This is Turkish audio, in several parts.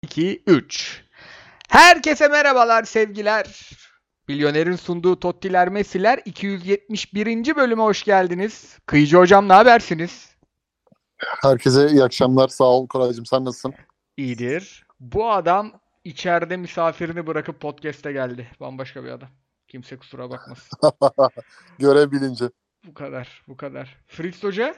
2, 3. Herkese merhabalar sevgiler. Milyoner'in sunduğu Tottiler Messi'ler 271. bölüme hoş geldiniz. Kıyıcı hocam ne habersiniz? Herkese iyi akşamlar. Sağ ol Koraycığım. Sen nasılsın? İyidir. Bu adam içeride misafirini bırakıp podcast'e geldi. Bambaşka bir adam. Kimse kusura bakmasın. Görev bilinci. Bu kadar, bu kadar. Fritz Hoca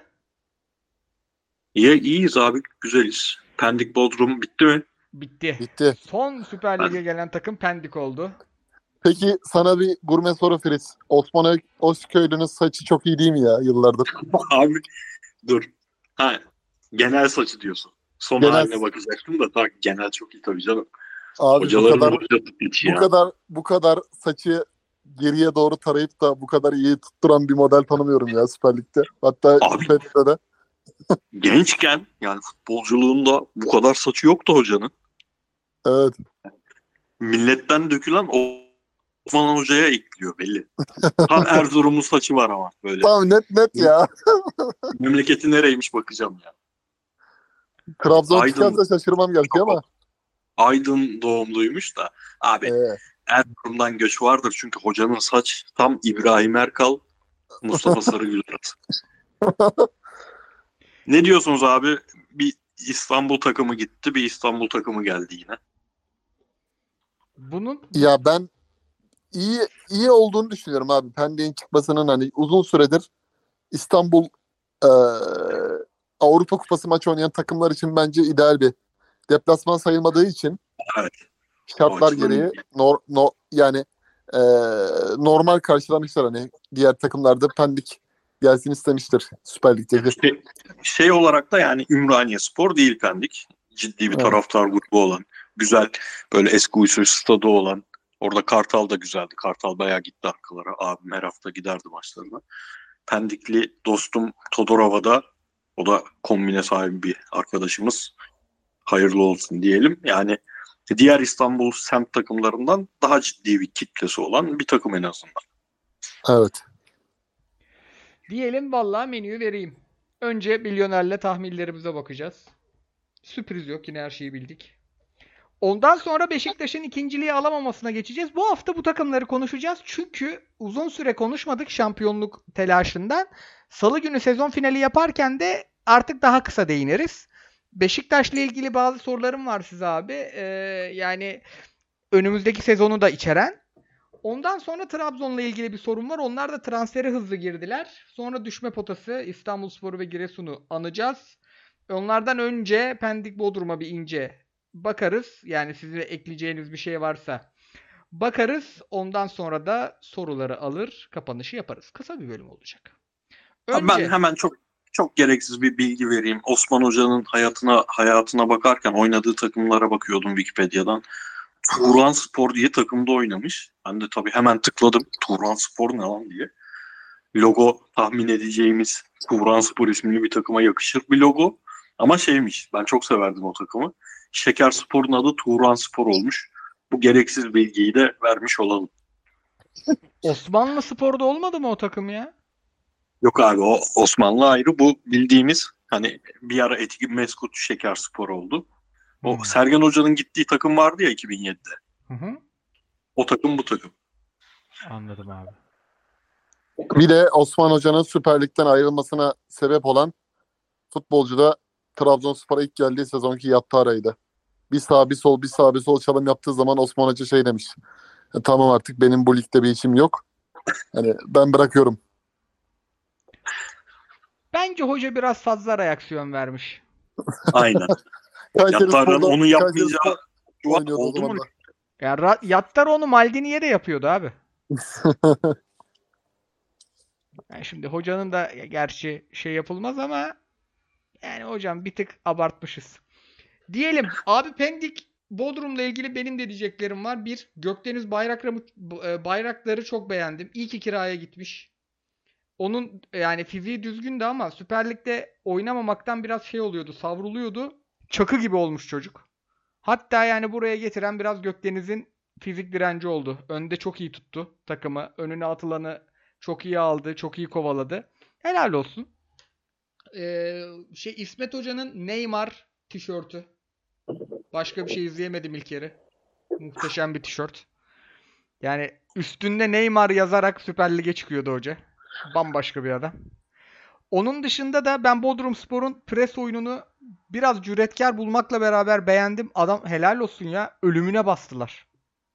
İyiyiz abi, güzeliz. Pendik Bodrum bitti mi? bitti. Bitti. Son Süper Lig'e Ben, gelen takım Pendik oldu. Peki sana bir gurme soru Filiz. Osman Özköylü'nün saçı çok iyi değil mi ya yıllardır? abi dur. Ha, genel saçı diyorsun. Son Genel haline bakacaktım da genel çok iyi tabii canım. abi Hocaların hoca tipi ya. bu kadar saçı geriye doğru tarayıp da bu kadar iyi tutturan bir model tanımıyorum ya Süper Lig'de. Hatta Abi Süper Lig'de de. gençken yani futbolculuğunda bu kadar saçı yoktu hocanın. Evet. Milletten dökülen Osman Hoca'ya ekliyor belli. Tam Erzurumlu saçı var ama böyle. Tamam net ya. Memleketi nereymiş bakacağım ya. Trabzon Aydın, çıkarsa şaşırmam gerçi ama. Aydın doğumluymuş da. Abi Ee, Erzurum'dan göç vardır çünkü hocanın saç tam İbrahim Erkal, Mustafa Sarıgül arası. Ne diyorsunuz abi? Bir İstanbul takımı gitti, bir İstanbul takımı geldi yine. Bunun ya ben iyi olduğunu düşünüyorum abi. Pendik'in çıkmasının hani uzun süredir İstanbul eee, Avrupa Kupası maçı oynayan takımlar için bence ideal bir deplasman sayılmadığı için Evet, o şartlar açıdan gereği iyi. yani eee, normal karşılamışlar hani diğer takımlarda Pendik gelsin istemiştir Süper Lig'deki. Şey olarak da yani Ümraniye Spor değil Pendik. Ciddi bir Evet. taraftar grubu olan, güzel böyle eski usul stadı olan. Orada Kartal da güzeldi. Kartal bayağı gitti arkalara. Abim her hafta giderdi maçlarına. Pendikli dostum Todorova da, o da kombine sahibi bir arkadaşımız. Hayırlı olsun diyelim. Yani diğer İstanbul semt takımlarından daha ciddi bir kitlesi olan bir takım en azından. Evet. diyelim vallahi menüyü vereyim. Önce milyonerle tahminlerimize bakacağız. Sürpriz yok, yine her şeyi bildik. Ondan sonra Beşiktaş'ın ikinciliği alamamasına geçeceğiz. Bu hafta bu takımları konuşacağız. Çünkü uzun süre konuşmadık şampiyonluk telaşından. Salı günü sezon finali yaparken de artık daha kısa değiniriz. Beşiktaş'la ilgili bazı sorularım var size abi. Yani önümüzdeki sezonu da içeren. Ondan sonra Trabzon'la ilgili bir sorun var. Onlar da transfere hızlı girdiler. Sonra düşme potası İstanbulspor'u ve Giresun'u anacağız. Onlardan önce Pendik Bodrum'a bir ince bakarız. Yani sizin ekleyeceğiniz bir şey varsa bakarız. Ondan sonra da soruları alır, kapanışı yaparız. Kısa bir bölüm olacak. Abi ben Önce hemen çok gereksiz bir bilgi vereyim. Osman Hoca'nın hayatına bakarken oynadığı takımlara bakıyordum Wikipedia'dan. Turan Spor diye takımda oynamış. Ben de tabii hemen tıkladım. Turan Spor ne lan diye. Logo tahmin edeceğimiz Turan Spor ismini bir takıma yakışır bir logo. Ama şeymiş, ben çok severdim o takımı. Şeker Spor'un adı Turan Spor olmuş. Bu gereksiz bilgiyi de vermiş olalım. Osmanlı Spor'da olmadı mı o takım ya? Yok abi, o Osmanlı ayrı, bu bildiğimiz hani bir ara eski meskut Şeker Spor oldu. O Hmm. Sergen Hoca'nın gittiği takım vardı ya 2007'de. Hı hı. O takım bu takım. Anladım abi. Bir de Osman Hoca'nın Süper Lig'den ayrılmasına sebep olan futbolcu da Trabzonspor'a ilk geldiği sezonki Yattı bir sağ bir sol bir sağ bir sol çalım yaptığı zaman Osman Hoca şey demiş. Tamam artık benim bu ligde bir işim yok. Hani ben bırakıyorum. Bence hoca biraz fazla reaksiyon vermiş. Aynen. Kayseri Yatar'ın Spor'da onu Kayseri yapmayacağı Spor çuval oynuyordu o oldu zaman mu? da. Ya Yattar onu Maldini'ye de yapıyordu abi. Yani şimdi hocanın da gerçi şey yapılmaz ama yani hocam bir tık abartmışız. Diyelim abi Pendik Bodrum'la ilgili benim de diyeceklerim var. Bir, Gökdeniz Bayraktar'ı çok beğendim. İyi ki kiraya gitmiş. Onun yani fiziği düzgündü ama Süper Lig'de oynamamaktan biraz şey oluyordu, savruluyordu. Çakı gibi olmuş çocuk. Hatta yani buraya getiren biraz Gökdeniz'in fizik direnci oldu. Önde çok iyi tuttu takımı. Önüne atılanı çok iyi aldı, çok iyi kovaladı. Helal olsun. İsmet Hoca'nın Neymar tişörtü. Başka bir şey izleyemedim ilk yarı. Muhteşem bir tişört. Yani üstünde Neymar yazarak Süper Lig'e çıkıyordu hoca. Bambaşka bir adam. Onun dışında da ben Bodrumspor'un pres oyununu biraz cüretkar bulmakla beraber beğendim. Adam helal olsun ya. Ölümüne bastılar.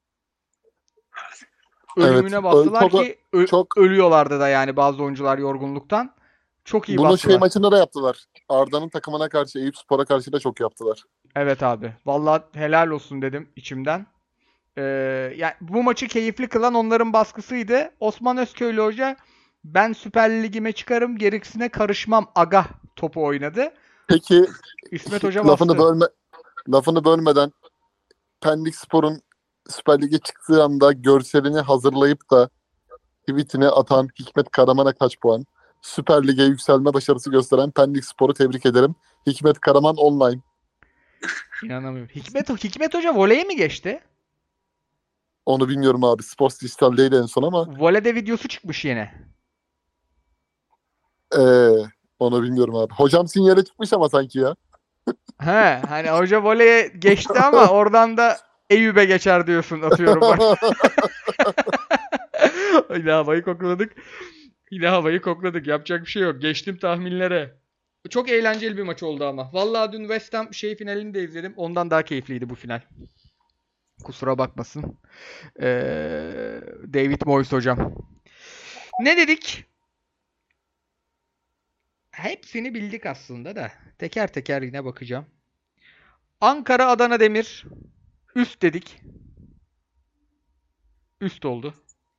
Evet. Ölümüne bastılar Çok, ki çok ölüyorlardı da yani bazı oyuncular yorgunluktan. Çok iyi bunu şey bastılar. maçında da yaptılar. Arda'nın takımına karşı, Eyüpspor'a karşı da çok yaptılar. Evet abi. Vallahi helal olsun dedim içimden. Yani bu maçı keyifli kılan onların baskısıydı. Osman Özköylü Hoca ben Süper Lig'ime çıkarım gerisine karışmam aga topu oynadı. Peki İsmet Hoca lafını bastı. lafını bölmeden Pendikspor'un Süper Lig'e çıktığı anda görselini hazırlayıp da tweetini atan Hikmet Karaman'a kaç puan? Süper Lig'e yükselme başarısı gösteren Pendikspor'u tebrik ederim. Hikmet Karaman online. İnanamıyorum. Hikmet Hoca voleye mi geçti? Onu bilmiyorum abi. Sports Dijital'deydi en son ama Voleyde videosu çıkmış yine. ee, onu bilmiyorum abi. Hocam sinyale çıkmış ama sanki ya. He, hani hoca voleye geçti ama oradan da Eyüp'e geçer diyorsun atıyorum bak. Yine havayı kokladık. Yine havayı kokladık. Yapacak bir şey yok. Geçtim tahminlere. Çok eğlenceli bir maç oldu ama. Vallahi dün West Ham finalini de izledim. Ondan daha keyifliydi bu final. Kusura bakmasın. David Moyes hocam. Ne dedik? Hepsini bildik aslında da. Teker teker yine bakacağım. Ankara Adana Demir. Üst dedik. Üst oldu.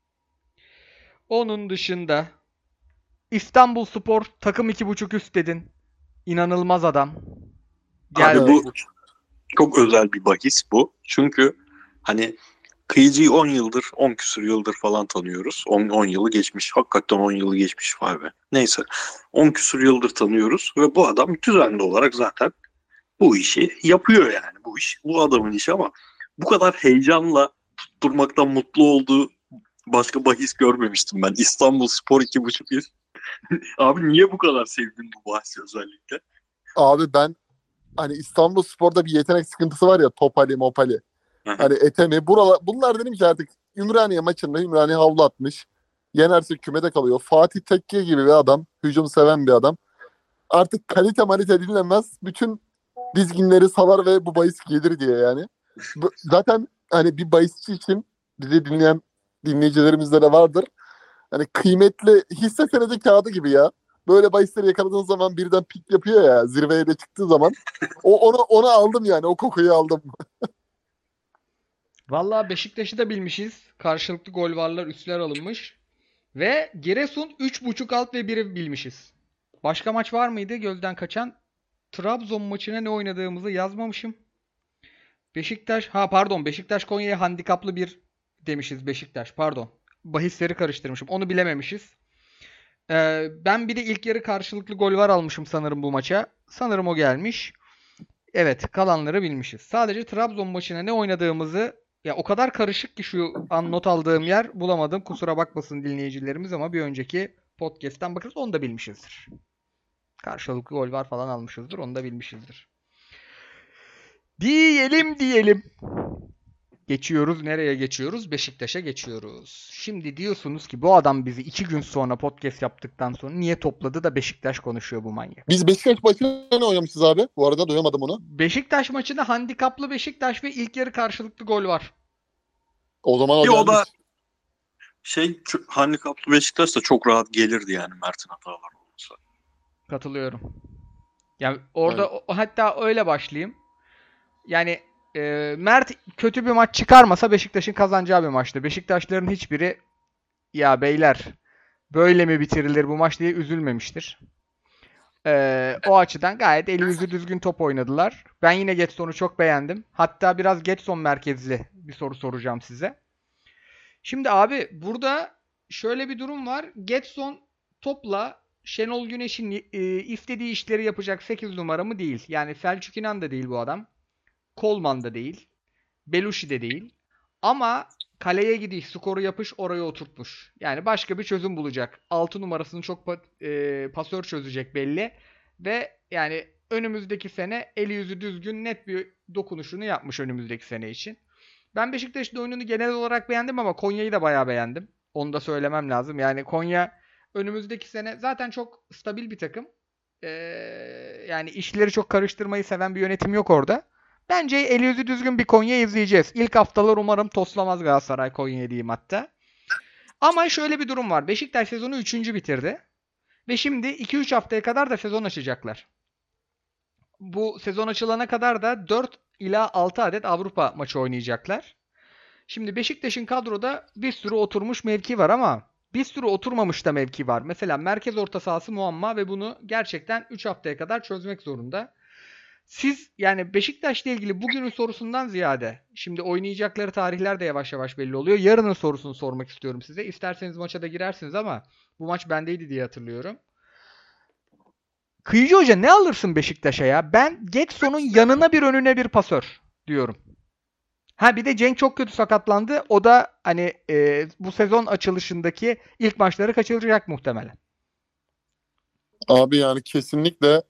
Onun dışında İstanbulspor takım 2.5 üst dedin. İnanılmaz adam. Geldi. Abi bu çok özel bir bahis bu. Çünkü hani Kıyıcı'yı 10 yıldır, 10 küsur yıldır falan tanıyoruz. 10 yılı geçmiş. Hakikaten 10 yılı geçmiş vay be. Neyse. 10 küsur yıldır tanıyoruz ve bu adam düzenli olarak zaten bu işi yapıyor yani. Bu iş bu adamın işi ama bu kadar heyecanla tutturmaktan mutlu olduğu başka bahis görmemiştim ben. İstanbulspor 2,5 1. Abi niye bu kadar sevdin bu bahsi özellikle? Abi ben hani İstanbulspor'da bir yetenek sıkıntısı var ya, Topali, Mopali. Hani Etemi. Bunlar dedim ki artık Ümraniye maçında Ümraniye havlu atmış. Yenerse kümede kalıyor. Fatih Tekke gibi bir adam. Hücum seven bir adam. Artık kalite malite dinlemez. Bütün dizginleri salar ve bu bahis gelir diye yani. Zaten hani bir bahisçi için bizi dinleyen dinleyicilerimizde de vardır. Hani kıymetli hisse senedi kağıdı gibi ya. Böyle bahisleri yakaladığın zaman birden pik yapıyor ya, zirveye de çıktığı zaman. Onu aldım yani. O kokuyu aldım. Vallahi Beşiktaş'ı da bilmişiz. Karşılıklı gol varlar, üstler alınmış. Ve Giresun 3.5 alt ve 1'i bilmişiz. Başka maç var mıydı gözden kaçan? Trabzon maçına ne oynadığımızı yazmamışım. Beşiktaş Konya'ya handikaplı bir demişiz Beşiktaş. Pardon. Bahisleri karıştırmışım. Onu bilememişiz. Ben bir de ilk yarı karşılıklı gol var almışım sanırım bu maça. Sanırım o gelmiş. Evet, kalanları bilmişiz. Sadece Trabzon maçına ne oynadığımızı ya o kadar karışık ki şu an not aldığım yer bulamadım. Kusura bakmasın dinleyicilerimiz ama bir önceki podcast'ten bakarız onu da bilmişizdir. Karşılıklı gol var falan almışızdır. Onu da bilmişizdir. Diyelim. Geçiyoruz. Nereye geçiyoruz? Beşiktaş'a geçiyoruz. Şimdi diyorsunuz ki bu adam bizi 2 gün sonra podcast yaptıktan sonra niye topladı da Beşiktaş konuşuyor bu manyak. Biz Beşiktaş maçında ne oynamışız abi? Bu arada duyamadım onu. Beşiktaş maçında handikaplı Beşiktaş ve ilk yarı karşılıklı gol var. O zaman o Ki o da gelmiş. handikaplı Beşiktaş da çok rahat gelirdi yani Mert'in hataları olmasa. Katılıyorum. Yani orada hatta öyle başlayayım. Yani Mert kötü bir maç çıkarmasa Beşiktaş'ın kazanacağı bir maçtı. Beşiktaşların hiçbiri ya beyler böyle mi bitirilir bu maç diye üzülmemiştir. O açıdan gayet eli yüzü düzgün top oynadılar. Ben yine Getson'u çok beğendim. Hatta biraz Getson merkezli bir soru soracağım size. Şimdi abi burada şöyle bir durum var. Getson topla Şenol Güneş'in istediği işleri yapacak 8 numara mı değil. Yani Selçuk İnan da değil bu adam. Kolman da değil. Belushi de değil. Ama kaleye gidiş, skoru yapış, oraya oturtmuş. Yani başka bir çözüm bulacak. 6 numarasını çok pasör çözecek belli. Ve yani önümüzdeki sene eli yüzü düzgün net bir dokunuşunu yapmış önümüzdeki sene için. Ben Beşiktaş'ın oyununu genel olarak beğendim ama Konya'yı da bayağı beğendim. Onu da söylemem lazım. Yani Konya önümüzdeki sene zaten çok stabil bir takım. Ee, Yani işleri çok karıştırmayı seven bir yönetim yok orada. Bence eli yüzü düzgün bir Konya izleyeceğiz. İlk haftalar umarım toslamaz Galatasaray Konya'yı diyeyim hatta. Ama şöyle bir durum var. Beşiktaş sezonu 3. bitirdi. Ve şimdi 2-3 haftaya kadar da sezon açacaklar. Bu sezon açılana kadar da 4 ila 6 adet Avrupa maçı oynayacaklar. Şimdi Beşiktaş'ın kadroda bir sürü oturmuş mevki var ama bir sürü oturmamış da mevki var. Mesela merkez orta sahası muamma ve bunu gerçekten 3 haftaya kadar çözmek zorunda. Siz yani Beşiktaş'la ilgili bugünün sorusundan ziyade şimdi oynayacakları tarihler de yavaş yavaş belli oluyor. Yarının sorusunu sormak istiyorum size. İsterseniz maça da girersiniz ama bu maç bendeydi diye hatırlıyorum. Kıyıcı Hoca ne alırsın Beşiktaş'a ya? Ben Getson'un yanına bir önüne bir pasör diyorum. Ha bir de Cenk çok kötü sakatlandı. O da hani bu sezon açılışındaki ilk maçları kaçıracak muhtemelen. Abi yani kesinlikle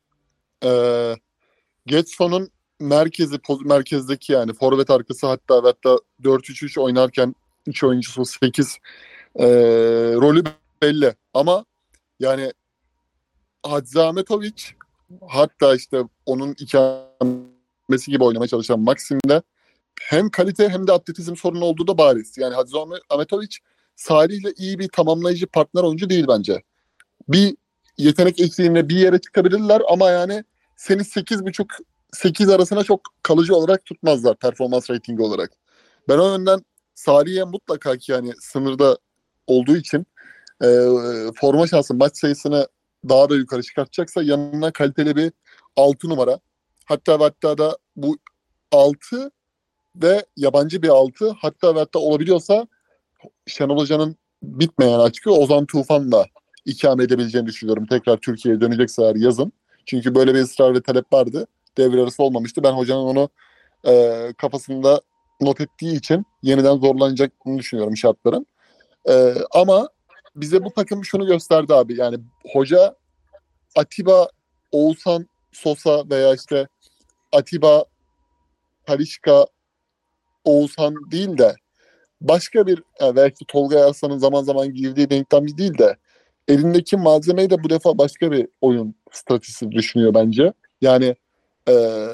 Getson'un merkezdeki yani forvet arkası hatta 4-3-3 oynarken 3 oyuncusu 8 rolü belli. Ama yani Hadzi Ahmetoviç hatta işte onun ikamesi gibi oynamaya çalışan Maxim'de hem kalite hem de atletizm sorunu olduğu da bariz. Yani Hadzi Ahmetoviç Salih'le iyi bir tamamlayıcı partner oyuncu değil bence. Bir yetenek eksiğine bir yere çıkabilirler ama yani seni 8,5-8 arasına çok kalıcı olarak tutmazlar performans ratingi olarak. Ben o yönden Salih'e mutlaka ki yani sınırda olduğu için e, forma şansı maç sayısını daha da yukarı çıkartacaksa yanına kaliteli bir 6 numara hatta da bu 6 ve yabancı bir 6 hatta olabiliyorsa Şenol Hoca'nın bitmeyen açıkı Ozan Tufan'la ikame edebileceğini düşünüyorum. Tekrar Türkiye'ye dönecekse eğer yazın. Çünkü böyle bir ısrar ve talep vardı. Devre arası olmamıştı. Ben hocanın onu kafasında not ettiği için yeniden zorlanacağını düşünüyorum şartların. Ama bize bu takım şunu gösterdi abi. Yani hoca Atiba, Oğuzhan, Sosa veya işte Atiba, Talisca, Oğuzhan değil de başka bir belki Tolga Arslan'ın zaman zaman girdiği denklem değil de elindeki malzemeyi de bu defa başka bir oyun stratejisi düşünüyor bence. Yani e,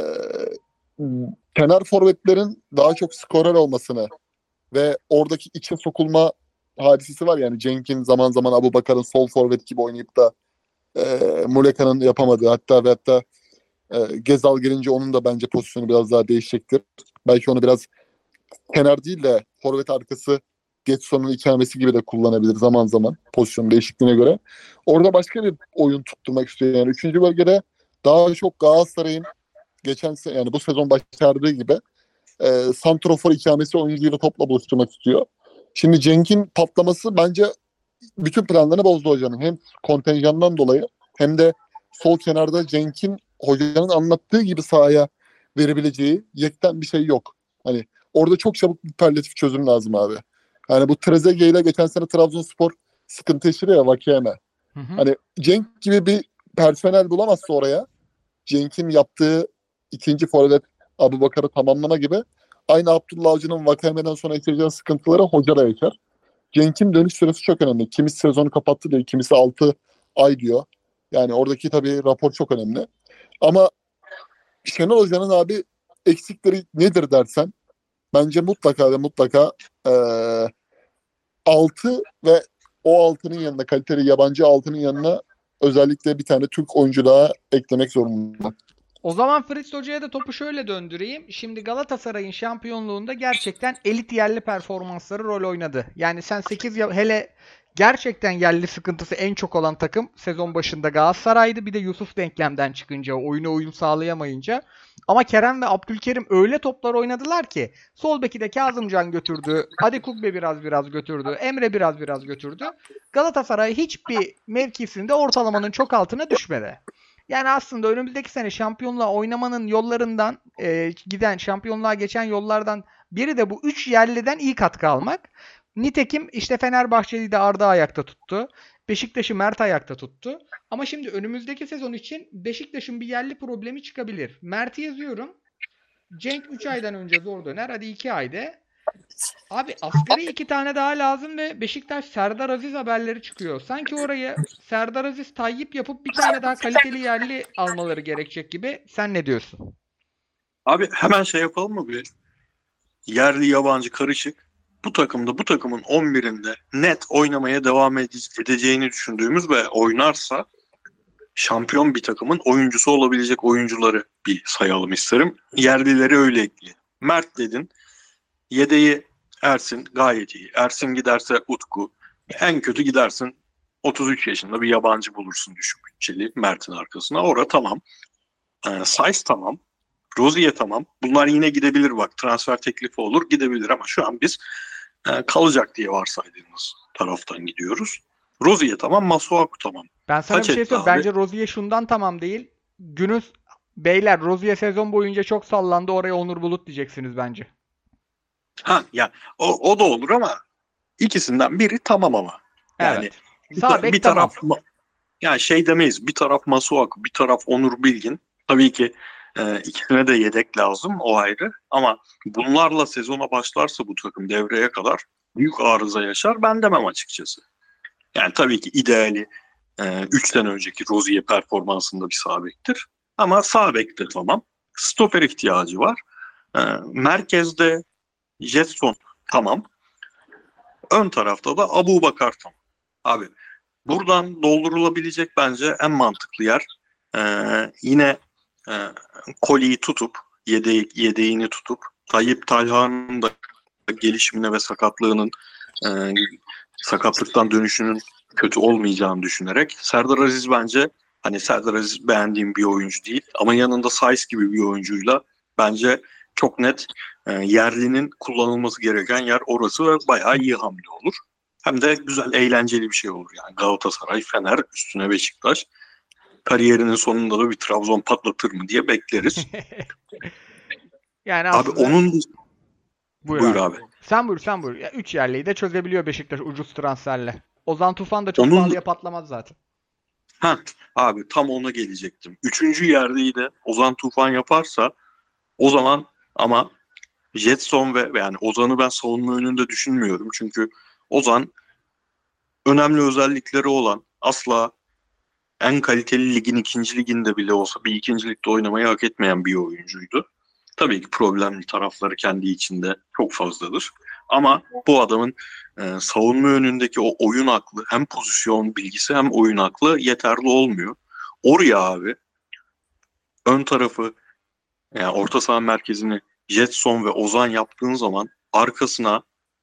kenar forvetlerin daha çok skorer olmasını ve oradaki içe sokulma hadisesi var. Yani Cenk'in zaman zaman Abubakar'ın sol forvet gibi oynayıp da Muleka'nın yapamadığı hatta Gezal gelince onun da bence pozisyonu biraz daha değişecektir. Belki onu biraz kenar değil de forvet arkası Getson'un ikamesi gibi de kullanabilir zaman zaman pozisyon değişikliğine göre. Orada başka bir oyun tutturmak istiyor. Yani 3. bölgede daha çok Galatasaray'ın geçen sene yani bu sezon başardığı gibi santrofor ikamesi oyuncuyla topla buluşturmak istiyor. Şimdi Cenk'in patlaması bence bütün planlarını bozdu hocanın. Hem kontenjandan dolayı hem de sol kenarda Cenk'in hocanın anlattığı gibi sahaya verebileceği yekten bir şey yok. Hani orada çok çabuk bir palyatif çözüm lazım abi. Yani bu Trezeguet ile geçen sene Trabzonspor sıkıntı yaşıyor ya Vakeme. Hı hı. Hani Cenk gibi bir personel bulamazsa oraya Cenk'in yaptığı ikinci forvet Abubakar'ı tamamlama gibi aynı Abdullah Avcı'nın Vakame'den sonra yaşayacağı sıkıntıları hoca da yaşar. Cenk'in dönüş süresi çok önemli. Kimisi sezonu kapattı diyor, kimisi 6 ay diyor. Yani oradaki tabii rapor çok önemli. Ama Şenol Hoca'nın abi eksikleri nedir dersen bence mutlaka 6 ve o 6'nın yanına kaliteli yabancı 6'nın yanına özellikle bir tane Türk oyuncu daha eklemek zorunda. O zaman Fritz Hoca'ya da topu şöyle döndüreyim. Şimdi Galatasaray'ın şampiyonluğunda gerçekten elit yerli performansları rol oynadı. Yani sen 8 yıl hele gerçekten yerli sıkıntısı en çok olan takım sezon başında Galatasaray'dı. Bir de Yusuf denklemden çıkınca, oyuna uyum sağlayamayınca. Ama Kerem ve Abdülkerim öyle toplar oynadılar ki sol beki de Kazımcan götürdü. Adekugbe biraz götürdü. Emre biraz götürdü. Galatasaray hiçbir mevkisinde ortalamanın çok altına düşmedi. Yani aslında önümüzdeki sene şampiyonluğa oynamanın yollarından giden, şampiyonluğa geçen yollardan biri de bu 3 yerliden iyi katkı almak. Nitekim işte Fenerbahçe'yi de Arda ayakta tuttu. Beşiktaş'ı Mert ayakta tuttu. Ama şimdi önümüzdeki sezon için Beşiktaş'ın bir yerli problemi çıkabilir. Mert'i yazıyorum. Cenk 3 aydan önce zor döner. Hadi 2 ayda. Abi asgari 2 tane daha lazım ve Beşiktaş Serdar Aziz haberleri çıkıyor. Sanki oraya Serdar Aziz Tayyip yapıp bir tane daha kaliteli yerli almaları gerekecek gibi. Sen ne diyorsun? Abi hemen şey yapalım mı bir? Yerli yabancı karışık. Bu takımda bu takımın 11'inde net oynamaya devam edeceğini düşündüğümüz ve oynarsa şampiyon bir takımın oyuncusu olabilecek oyuncuları bir sayalım isterim. Yerlileri öyle ekleyelim. Mert dedin. Yedeği Ersin gayet iyi. Ersin giderse Utku. En kötü gidersin 33 yaşında bir yabancı bulursun düşük bütçeli Mert'in arkasına. Ora tamam. Saiz tamam. Rozier tamam. Bunlar yine gidebilir bak. Transfer teklifi olur gidebilir ama şu an biz kalacak diye varsaydığımız taraftan gidiyoruz. Rozier tamam. Masuaku tamam. Ben sana Kaç bir şey etti söyleyeyim. abi? Bence Rozier şundan tamam değil. Günün beyler Rozier sezon boyunca çok sallandı. Oraya Onur Bulut diyeceksiniz bence. Ha ya o da olur ama ikisinden biri tamam ama. Yani Evet. Sağ bek bir tamam. taraf yani şey demeyiz. Bir taraf Masuaku, bir taraf Onur Bilgin. Tabii ki ikisine de yedek lazım o ayrı. Ama bunlarla sezona başlarsa bu takım devreye kadar büyük arıza yaşar. Ben demem açıkçası. Yani tabii ki ideali 3 sene önceki Rozier performansında bir sağ bektir. Ama sağ bek de tamam. Stoper ihtiyacı var. Merkezde Jetson tamam. Ön tarafta da Abubakar tamam. Abi buradan doldurulabilecek bence en mantıklı yer yine e, Koli'yi tutup yedeğini tutup Tayyip Talha'nın da gelişimine ve e, sakatlıktan dönüşünün kötü olmayacağını düşünerek Serdar Aziz bence hani Serdar Aziz beğendiğim bir oyuncu değil ama yanında Saiz gibi bir oyuncuyla bence çok net yerlinin kullanılması gereken yer orası ve bayağı iyi hamle olur. Hem de güzel, eğlenceli bir şey olur yani. Galatasaray, Fener, üstüne Beşiktaş. Kariyerinin sonunda da bir Trabzon patlatır mı diye bekleriz. Yani Abi aslında onun buyur buyur abi. abi. Sen buyur sen buyur. Ya, 3 yerliyi de çözebiliyor Beşiktaş ucuz transferle. Ozan Tufan da çok Onun pahalıya patlamaz zaten. ha abi tam ona gelecektim. Üçüncü yerdeyi de Ozan Tufan yaparsa o zaman ama Jetson ve yani Ozan'ı ben savunma önünde düşünmüyorum. Çünkü Ozan önemli özellikleri olan asla en kaliteli ligin ikinci liginde bile olsa bir ikinci ligde oynamayı hak etmeyen bir oyuncuydu. Tabii ki problemli tarafları kendi içinde çok fazladır. Ama bu adamın savunma önündeki o oyun aklı hem pozisyon bilgisi hem oyun aklı yeterli olmuyor. Oraya abi ön tarafı yani orta saha merkezini Jetson ve Ozan yaptığın zaman arkasına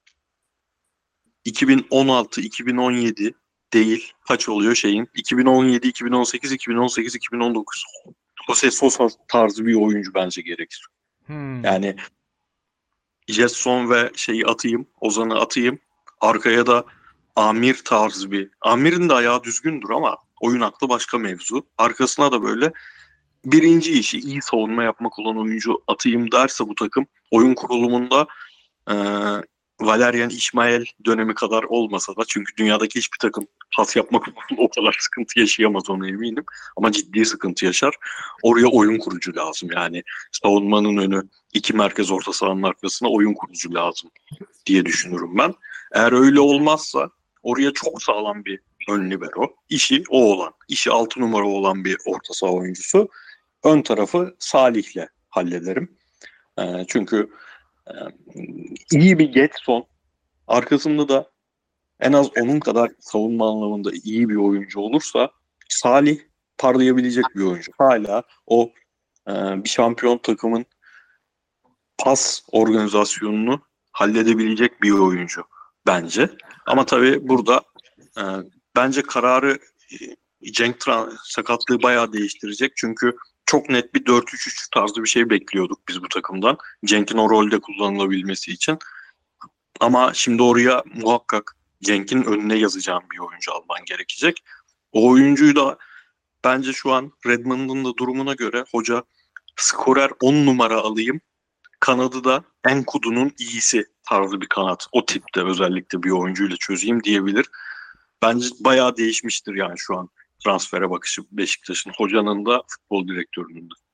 2016, 2017 değil kaç oluyor şeyin 2017, 2018, 2018, 2019 Jose Sosa tarzı bir oyuncu bence gerekir. Hmm. Yani Jetson ve şeyi atayım, Ozan'ı atayım. Arkaya da Amir tarzı bir. Amir'in de ayağı düzgündür ama oyun aklı başka mevzu. Arkasına da böyle birinci işi iyi savunma yapmak olan oyuncu atayım derse bu takım oyun kurulumunda e, Valerian İsmail dönemi kadar olmasa da çünkü dünyadaki hiçbir takım pas yapmak o kadar sıkıntı yaşayamaz ona eminim. Ama ciddi sıkıntı yaşar. Oraya oyun kurucu lazım yani. Savunmanın önü iki merkez orta sahanın arkasına oyun kurucu lazım diye düşünürüm ben. Eğer öyle olmazsa oraya çok sağlam bir ön libero. İşi o olan, işi 6 numara olan bir orta saha oyuncusu. Ön tarafı Salih'le hallederim. Çünkü e, iyi bir Getson arkasında da en az onun kadar savunma anlamında iyi bir oyuncu olursa Salih parlayabilecek bir oyuncu. Hala o bir şampiyon takımın pas organizasyonunu halledebilecek bir oyuncu bence. Ama tabii burada e, bence kararı sakatlığı bayağı değiştirecek. Çünkü çok net bir 4-3-3 tarzı bir şey bekliyorduk biz bu takımdan. Cenk'in o rolde kullanılabilmesi için. Ama şimdi oraya muhakkak Cenk'in önüne yazacağım bir oyuncu alman gerekecek. O oyuncuyu da bence şu an Redmond'un da durumuna göre hoca skorer 10 numara alayım. Kanadı da Enkudu'nun iyisi tarzı bir kanat. O tipte özellikle bir oyuncuyla çözeyim diyebilir. Bence bayağı değişmiştir yani şu an transfere bakışı Beşiktaş'ın. Hocanın da futbol direktörünün de.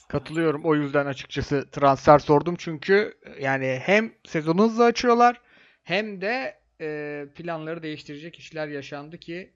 Katılıyorum. O yüzden açıkçası transfer sordum. Çünkü yani hem sezonu hızlı açıyorlar hem de planları değiştirecek işler yaşandı ki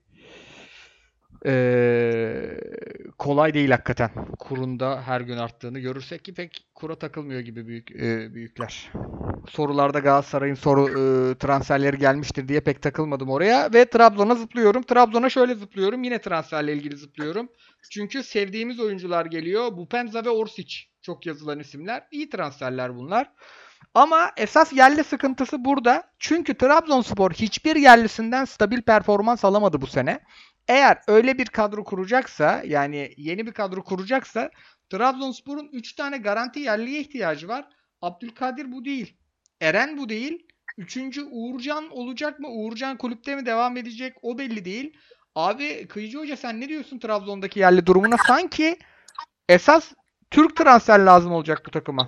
kolay değil hakikaten. Kurun da her gün arttığını görürsek ki pek kura takılmıyor gibi büyükler. Sorularda Galatasaray'ın transferleri gelmiştir diye pek takılmadım oraya ve Trabzon'a zıplıyorum. Trabzon'a şöyle zıplıyorum. Yine transferle ilgili zıplıyorum. Çünkü sevdiğimiz oyuncular geliyor. Bupenza ve Orsic çok yazılan isimler. İyi transferler bunlar. Ama esas yerli sıkıntısı burada. Çünkü Trabzonspor hiçbir yerlisinden stabil performans alamadı bu sene. Eğer öyle bir kadro kuracaksa, yani yeni bir kadro kuracaksa Trabzonspor'un 3 tane garanti yerliye ihtiyacı var. Abdülkadir bu değil. Eren bu değil. Üçüncü Uğurcan olacak mı? Uğurcan kulüpte mi devam edecek? O belli değil. Abi Kıyıcı Hoca sen ne diyorsun Trabzon'daki yerli durumuna? Sanki esas Türk transfer lazım olacak bu takıma.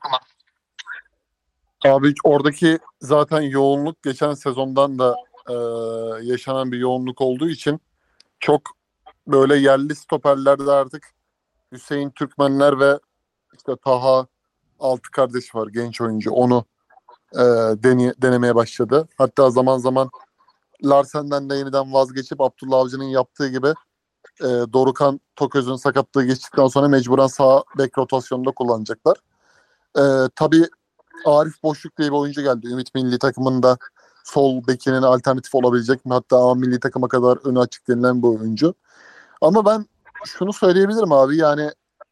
Abi oradaki zaten yoğunluk geçen sezondan da yaşanan bir yoğunluk olduğu için çok böyle yerli stoperlerde artık Hüseyin Türkmenler ve işte Taha altı kardeş var, genç oyuncu. Onu denemeye başladı. Hatta zaman zaman Larsen'den de yeniden vazgeçip Abdullah Avcı'nın yaptığı gibi Dorukhan Toköz'ün sakatlığı geçtikten sonra mecburen sağ bek rotasyonunda kullanacaklar. Tabii Arif Boşluk diye bir oyuncu geldi. Ümit milli takımında sol bekinin alternatif olabilecek mi? Hatta A milli takıma kadar önü açık denilen bir oyuncu. Ama ben şunu söyleyebilirim abi, yani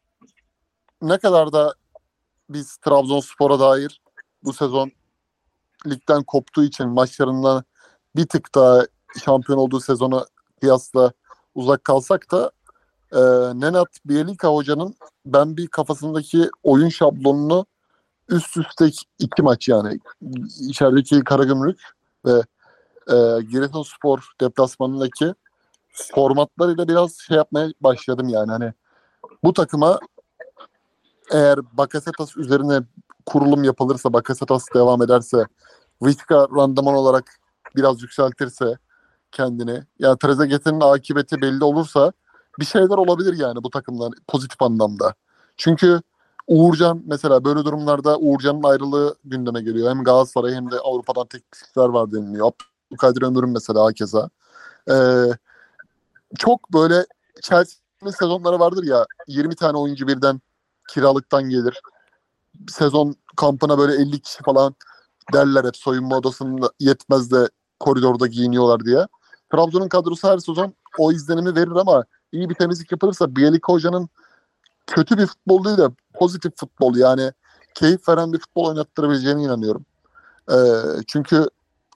ne kadar da biz Trabzonspor'a dair bu sezon ligden koptuğu için maçlarından bir tık daha şampiyon olduğu sezona kıyasla uzak kalsak da Nenad Bjelica hocanın ben bir kafasındaki oyun şablonunu üst üste iki maç, yani içerideki Karagümrük ve Giresunspor deplasmanındaki formatlarıyla biraz şey yapmaya başladım yani. Hani bu takıma eğer Bakasetas üzerine kurulum yapılırsa, Bakasetas devam ederse, Vitka randıman olarak biraz yükseltirse kendini, yani Trezeguet'in akıbeti belli olursa bir şeyler olabilir yani bu takımlar pozitif anlamda. Çünkü Uğurcan mesela, böyle durumlarda Uğurcan'ın ayrılığı gündeme geliyor. Hem Galatasaray hem de Avrupa'dan teklifler var deniliyor. Abdülkadir Ömür'ün mesela hakeza. Ee, Çok böyle Chelsea'nin sezonları vardır ya, 20 tane oyuncu birden kiralıktan gelir. Sezon kampına böyle 50 kişi falan derler, hep soyunma odasında yetmez de koridorda giyiniyorlar diye. Trabzon'un kadrosu her sezon o izlenimi verir ama iyi bir temizlik yapılırsa Bjelica hocanın kötü bir futbol değil de pozitif futbol, yani keyif veren bir futbol oynattırabileceğine inanıyorum. Çünkü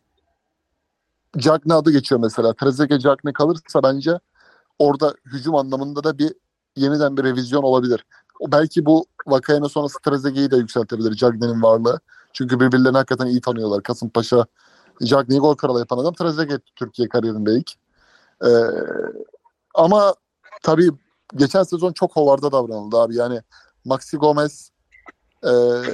Cagney adı geçiyor mesela. Trezeguet Cagney kalırsa bence orada hücum anlamında da yeniden bir revizyon olabilir. Belki bu Vakayeme sonrası Trezeguet'i de yükseltebilir Cagney'in varlığı. Çünkü birbirlerini hakikaten iyi tanıyorlar. Kasımpaşa Cagney'i gol kralı yapan adam Trezeguet Türkiye kariyerinde ilk. Ee, Ama tabii geçen sezon çok hovarda davranıldı abi. Yani Maxi Gomez, ee,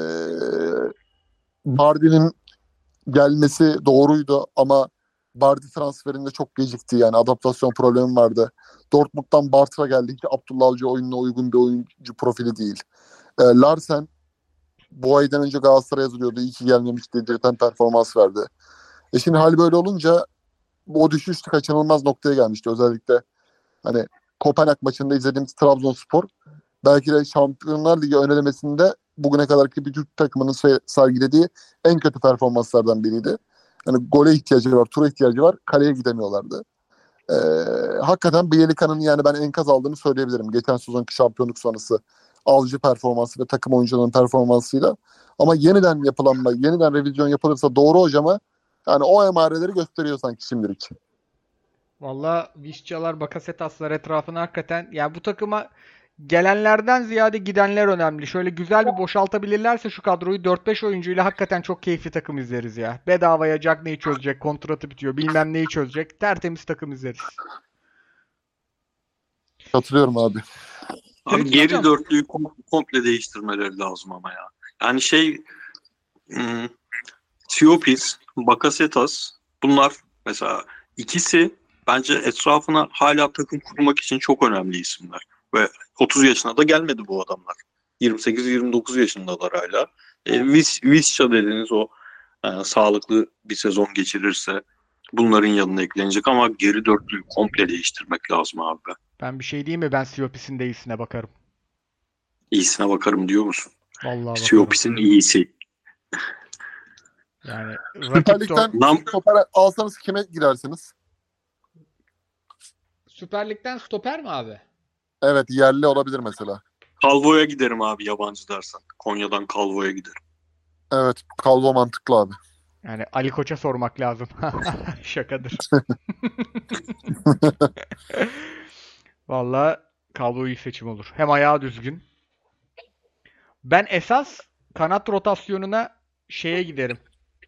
Bardi'nin gelmesi doğruydu ama Bardi transferinde çok gecikti, yani adaptasyon problemi vardı. Dortmund'dan Bartra geldi. Hiç Abdullah Avcı oyununa uygun bir oyuncu profili değil. Larsen bu aydan önce Galatasaray'a yazılıyordu. İyi ki gelmemiş dedirten performans verdi. Şimdi hal böyle olunca o düşüş kaçınılmaz noktaya gelmişti. Özellikle hani Kopenhag maçında izlediğimiz Trabzonspor belki de Şampiyonlar Ligi ön elemesinde bugüne kadarki bir Türk takımının sergilediği en kötü performanslardan biriydi. Yani gole ihtiyacı var, tura ihtiyacı var. Kaleye gidemiyorlardı. Hakikaten Bielica'nın yani ben enkaz aldığını söyleyebilirim. Geçen sezonki şampiyonluk sonrası avcı performansı ve takım oyuncularının performansıyla. Ama yeniden yapılanma, yeniden revizyon yapılırsa doğru hocama, yani o emareleri gösteriyor sanki şimdilik. Valla Vişçalar, Bakasetaslar etrafına hakikaten ya bu takıma gelenlerden ziyade gidenler önemli. Şöyle güzel bir boşaltabilirlerse şu kadroyu 4-5 oyuncuyla hakikaten çok keyifli takım izleriz ya. Bedavaya Cagney'i çözecek, kontratı bitiyor, bilmem neyi çözecek. Tertemiz takım izleriz. Katılıyorum abi. Abi Peki geri hocam. dörtlüyü komple değiştirmeleri lazım ama ya. Yani Siopis, Bakasetas, bunlar mesela ikisi bence etrafına hala takım kurmak için çok önemli isimler. Ve 30 yaşına da gelmedi bu adamlar. 28-29 yaşındalar hala. Visca dediğiniz o sağlıklı bir sezon geçirirse bunların yanına eklenecek ama geri dörtlüyü komple değiştirmek lazım abi. Ben bir şey diyeyim mi? Ben Siopis'in de iyisine bakarım. İyisine bakarım diyor musun? Vallahi bakarım. Siopis'in iyisi. Yani Süper rakip de Lig'den stoper alsanız kime girersiniz? Süper Lig'den stoper mi abi? Evet, yerli olabilir mesela. Calvo'ya giderim abi yabancı dersen. Konya'dan Calvo'ya giderim. Evet, Calvo mantıklı abi. Yani Ali Koç'a sormak lazım. Şakadır. Vallahi Calvo iyi seçim olur. Hem ayağı düzgün. Ben esas kanat rotasyonuna şeye giderim.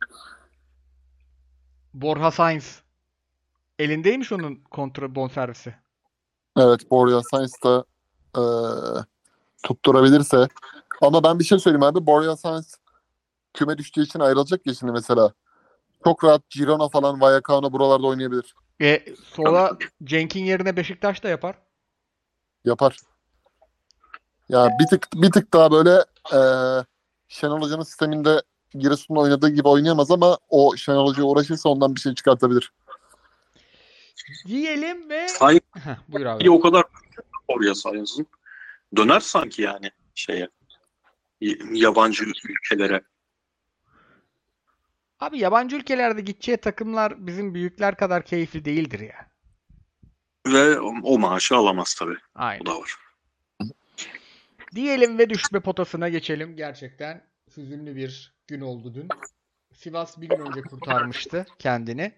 Borja Sainz. Elindeymiş onun kontra bonservisi. Evet, Borja Sainz da tutturabilirse. Ama ben bir şey söyleyeyim abi. Borja Sainz küme düştüğü için ayrılacak ya şimdi mesela. Çok rahat Girona falan, Vallecano buralarda oynayabilir. Sola Cenk'in yerine Beşiktaş da yapar. Yapar. Ya bir tık daha böyle Şenol Hoca'nın sisteminde Giresun'un oynadığı gibi oynayamaz ama o Şenol Hoca uğraşırsa ondan bir şey çıkartabilir. Diyelim ve Sainz buyur abi. o kadar oraya Sainz'ın. Döner sanki yani şeye. Yabancı ülkelere. Abi yabancı ülkelerde gideceği takımlar bizim büyükler kadar keyifli değildir ya. Ve o maaşı alamaz tabii. Aynen. Bu da var. Diyelim ve düşme potasına geçelim. Gerçekten hüzünlü bir gün oldu dün. Sivas bir gün önce kurtarmıştı kendini.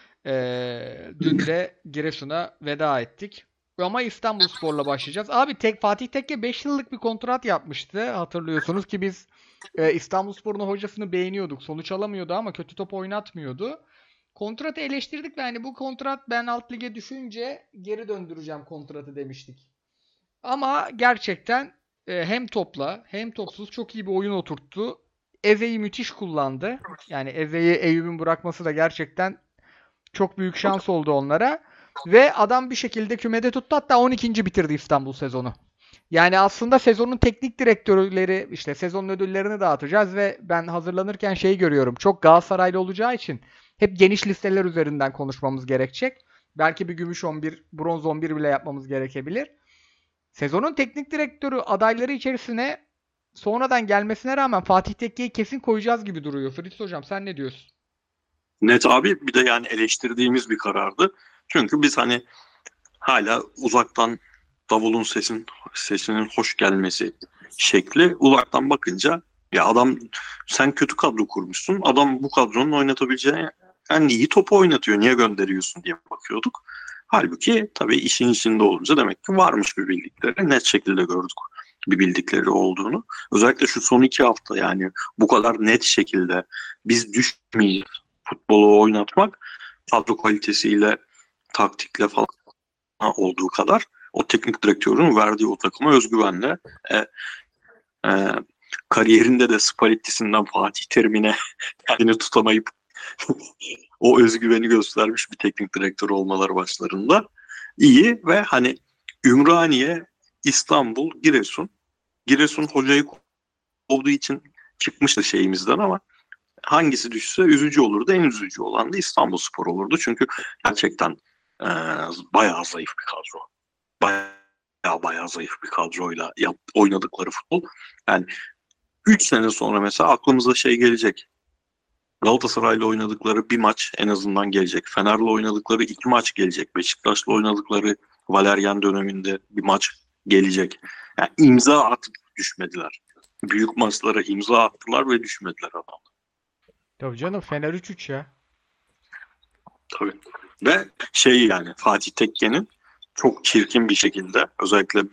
Dün de Giresun'a veda ettik. Ama İstanbulspor'la başlayacağız. Abi Fatih Tekke 5 yıllık bir kontrat yapmıştı. Hatırlıyorsunuz ki biz İstanbulspor'un hocasını beğeniyorduk. Sonuç alamıyordu ama kötü top oynatmıyordu. Kontratı eleştirdik ve hani bu kontrat ben alt lige düşünce geri döndüreceğim kontratı demiştik. Ama gerçekten hem topla hem topsuz çok iyi bir oyun oturttu. Eze'yi müthiş kullandı. Yani Eze'yi Eyüp'ün bırakması da gerçekten çok büyük şans oldu onlara. Ve adam bir şekilde kümede tuttu. Hatta 12. bitirdi İstanbul sezonu. Yani aslında sezonun teknik direktörleri işte sezon ödüllerini dağıtacağız ve ben hazırlanırken şeyi görüyorum. Çok Galatasaraylı olacağı için hep geniş listeler üzerinden konuşmamız gerekecek. Belki bir gümüş 11, bronz 11 bile yapmamız gerekebilir. Sezonun teknik direktörü adayları içerisine sonradan gelmesine rağmen Fatih Tekke'yi kesin koyacağız gibi duruyor. Fritz hocam sen ne diyorsun? Net abi bir de yani eleştirdiğimiz bir karardı. Çünkü biz hani hala uzaktan davulun sesinin hoş gelmesi şekli uzaktan bakınca ya adam sen kötü kadro kurmuşsun. Adam bu kadronun oynatabileceği en iyi topu oynatıyor. Niye gönderiyorsun diye bakıyorduk. Halbuki tabii işin içinde olunca demek ki varmış bir bildikleri. Net şekilde gördük bir bildikleri olduğunu. Özellikle şu son 2 hafta yani bu kadar net şekilde biz düşmeyiz futbolu oynatmak kadro kalitesiyle taktikle falan olduğu kadar o teknik direktörün verdiği o takıma özgüvenle e, kariyerinde de Spalletti'sinden Fatih Terim'ine kendini tutamayıp o özgüveni göstermiş bir teknik direktör olmaları başlarında iyi ve hani Ümraniye, İstanbul, Giresun hocayı olduğu için çıkmıştı şeyimizden ama hangisi düşse üzücü olurdu. En üzücü olan da İstanbulspor olurdu. Çünkü gerçekten e, bayağı zayıf bir kadro. Bayağı zayıf bir kadroyla oynadıkları futbol. Yani 3 sene sonra mesela aklımıza şey gelecek. Galatasaray'la oynadıkları bir maç en azından gelecek. Fener'le oynadıkları 2 maç gelecek. Beşiktaş'la oynadıkları Valerian döneminde bir maç gelecek. Yani imza atıp düşmediler. Büyük maçlara imza attılar ve düşmediler adam. Tabii canım Fener 3-3 ya. Tabii. Ve şey yani Fatih Tekke'nin çok çirkin bir şekilde özellikle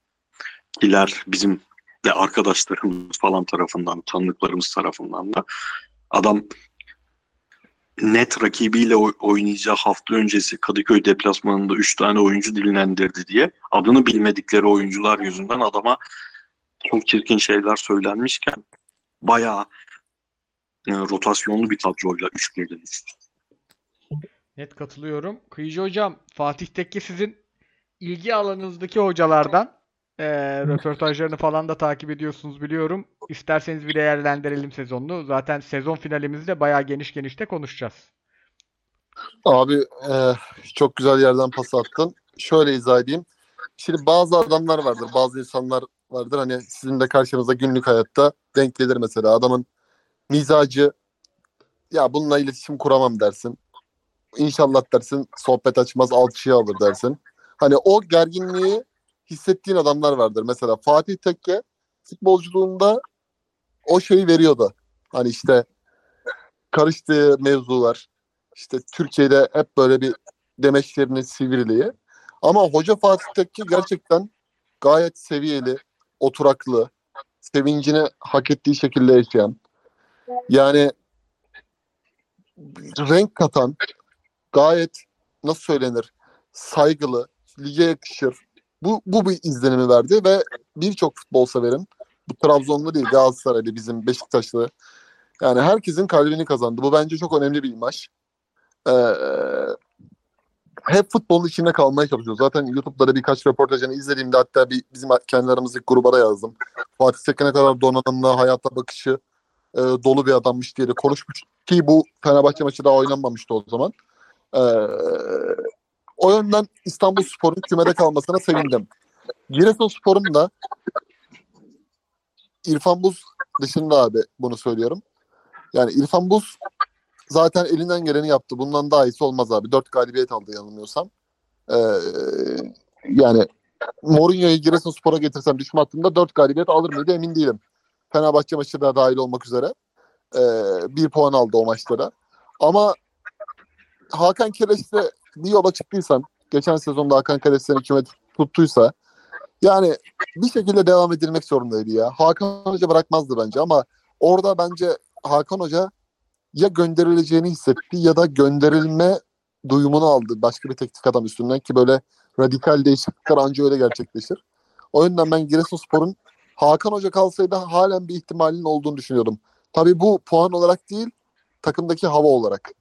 bizim de arkadaşlarımız falan tarafından, tanıdıklarımız tarafından da adam net rakibiyle oynayacağı hafta öncesi Kadıköy deplasmanında 3 tane oyuncu dinlendirdi diye adını bilmedikleri oyuncular yüzünden adama çok çirkin şeyler söylenmişken bayağı rotasyonlu bir kadroyla 3-1'den düştü. Net katılıyorum. Kıyıcı hocam Fatih Tekke sizin ilgi alanınızdaki hocalardan. Röportajlarını falan da takip ediyorsunuz biliyorum. İsterseniz bir değerlendirelim sezonunu. Zaten sezon finalimizde bayağı geniş geniş de konuşacağız. Abi çok güzel yerden pas attın. Şöyle izah edeyim. Şimdi bazı adamlar vardır, bazı insanlar vardır. Hani sizin de karşınızda günlük hayatta denk gelir mesela. Adamın mizacı, ya bununla iletişim kuramam dersin. İnşallah dersin, sohbet açmaz, alçıya alır dersin. Hani o gerginliği hissettiğin adamlar vardır. Mesela Fatih Tekke futbolculuğunda o şeyi veriyordu. Hani işte karıştığı mevzular, işte Türkiye'de hep böyle bir demeçlerinin sivriliği. Ama Hoca Fatih Tekke gerçekten gayet seviyeli, oturaklı, sevincini hak ettiği şekilde yaşayan, yani renk katan, gayet nasıl söylenir, saygılı, lige yakışır. Bu bir izlenimi verdi ve birçok futbol severin, bu Trabzonlu değil, Galatasaraylı, bizim Beşiktaşlı, yani herkesin kalbini kazandı. Bu bence çok önemli bir imaj. Ee, Hep futbolun içinde kalmaya çalışıyor. Zaten YouTube'da da birkaç röportajını izlediğimde, hatta bizim kendi aramızdaki gruba da yazdım. Fatih Tekke ne kadar donanımlı, hayata bakışı dolu bir adammış diye de konuşmuş. Ki bu Fenerbahçe maçı daha oynanmamıştı o zaman. Ee, O yönden İstanbulspor'un kümede kalmasına sevindim. Giresunspor'un da İrfan Buz dışında abi bunu söylüyorum. Yani İrfan Buz zaten elinden geleni yaptı. Bundan daha iyisi olmaz abi. 4 galibiyet aldı yanılmıyorsam. Ee, Yani Mourinho'yu Giresunspor'a getirsem düşme hattında 4 galibiyet alır mıydı emin değilim. Fenerbahçe maçı da dahil olmak üzere. 1 puan aldı o maçlara. Ama Hakan Keleş'le bir yola çıktıysan, geçen sezonda Hakan Keleş seni küme tuttuysa, yani bir şekilde devam edilmek zorundaydı ya. Hakan Hoca bırakmazdı bence ama orada bence Hakan Hoca ya gönderileceğini hissetti ya da gönderilme duyumunu aldı başka bir teknik adam üstünden, ki böyle radikal değişiklikler anca öyle gerçekleşir. O yüzden ben Giresunspor'un Hakan Hoca kalsaydı halen bir ihtimalinin olduğunu düşünüyordum. Tabii bu puan olarak değil, takımdaki hava olarak.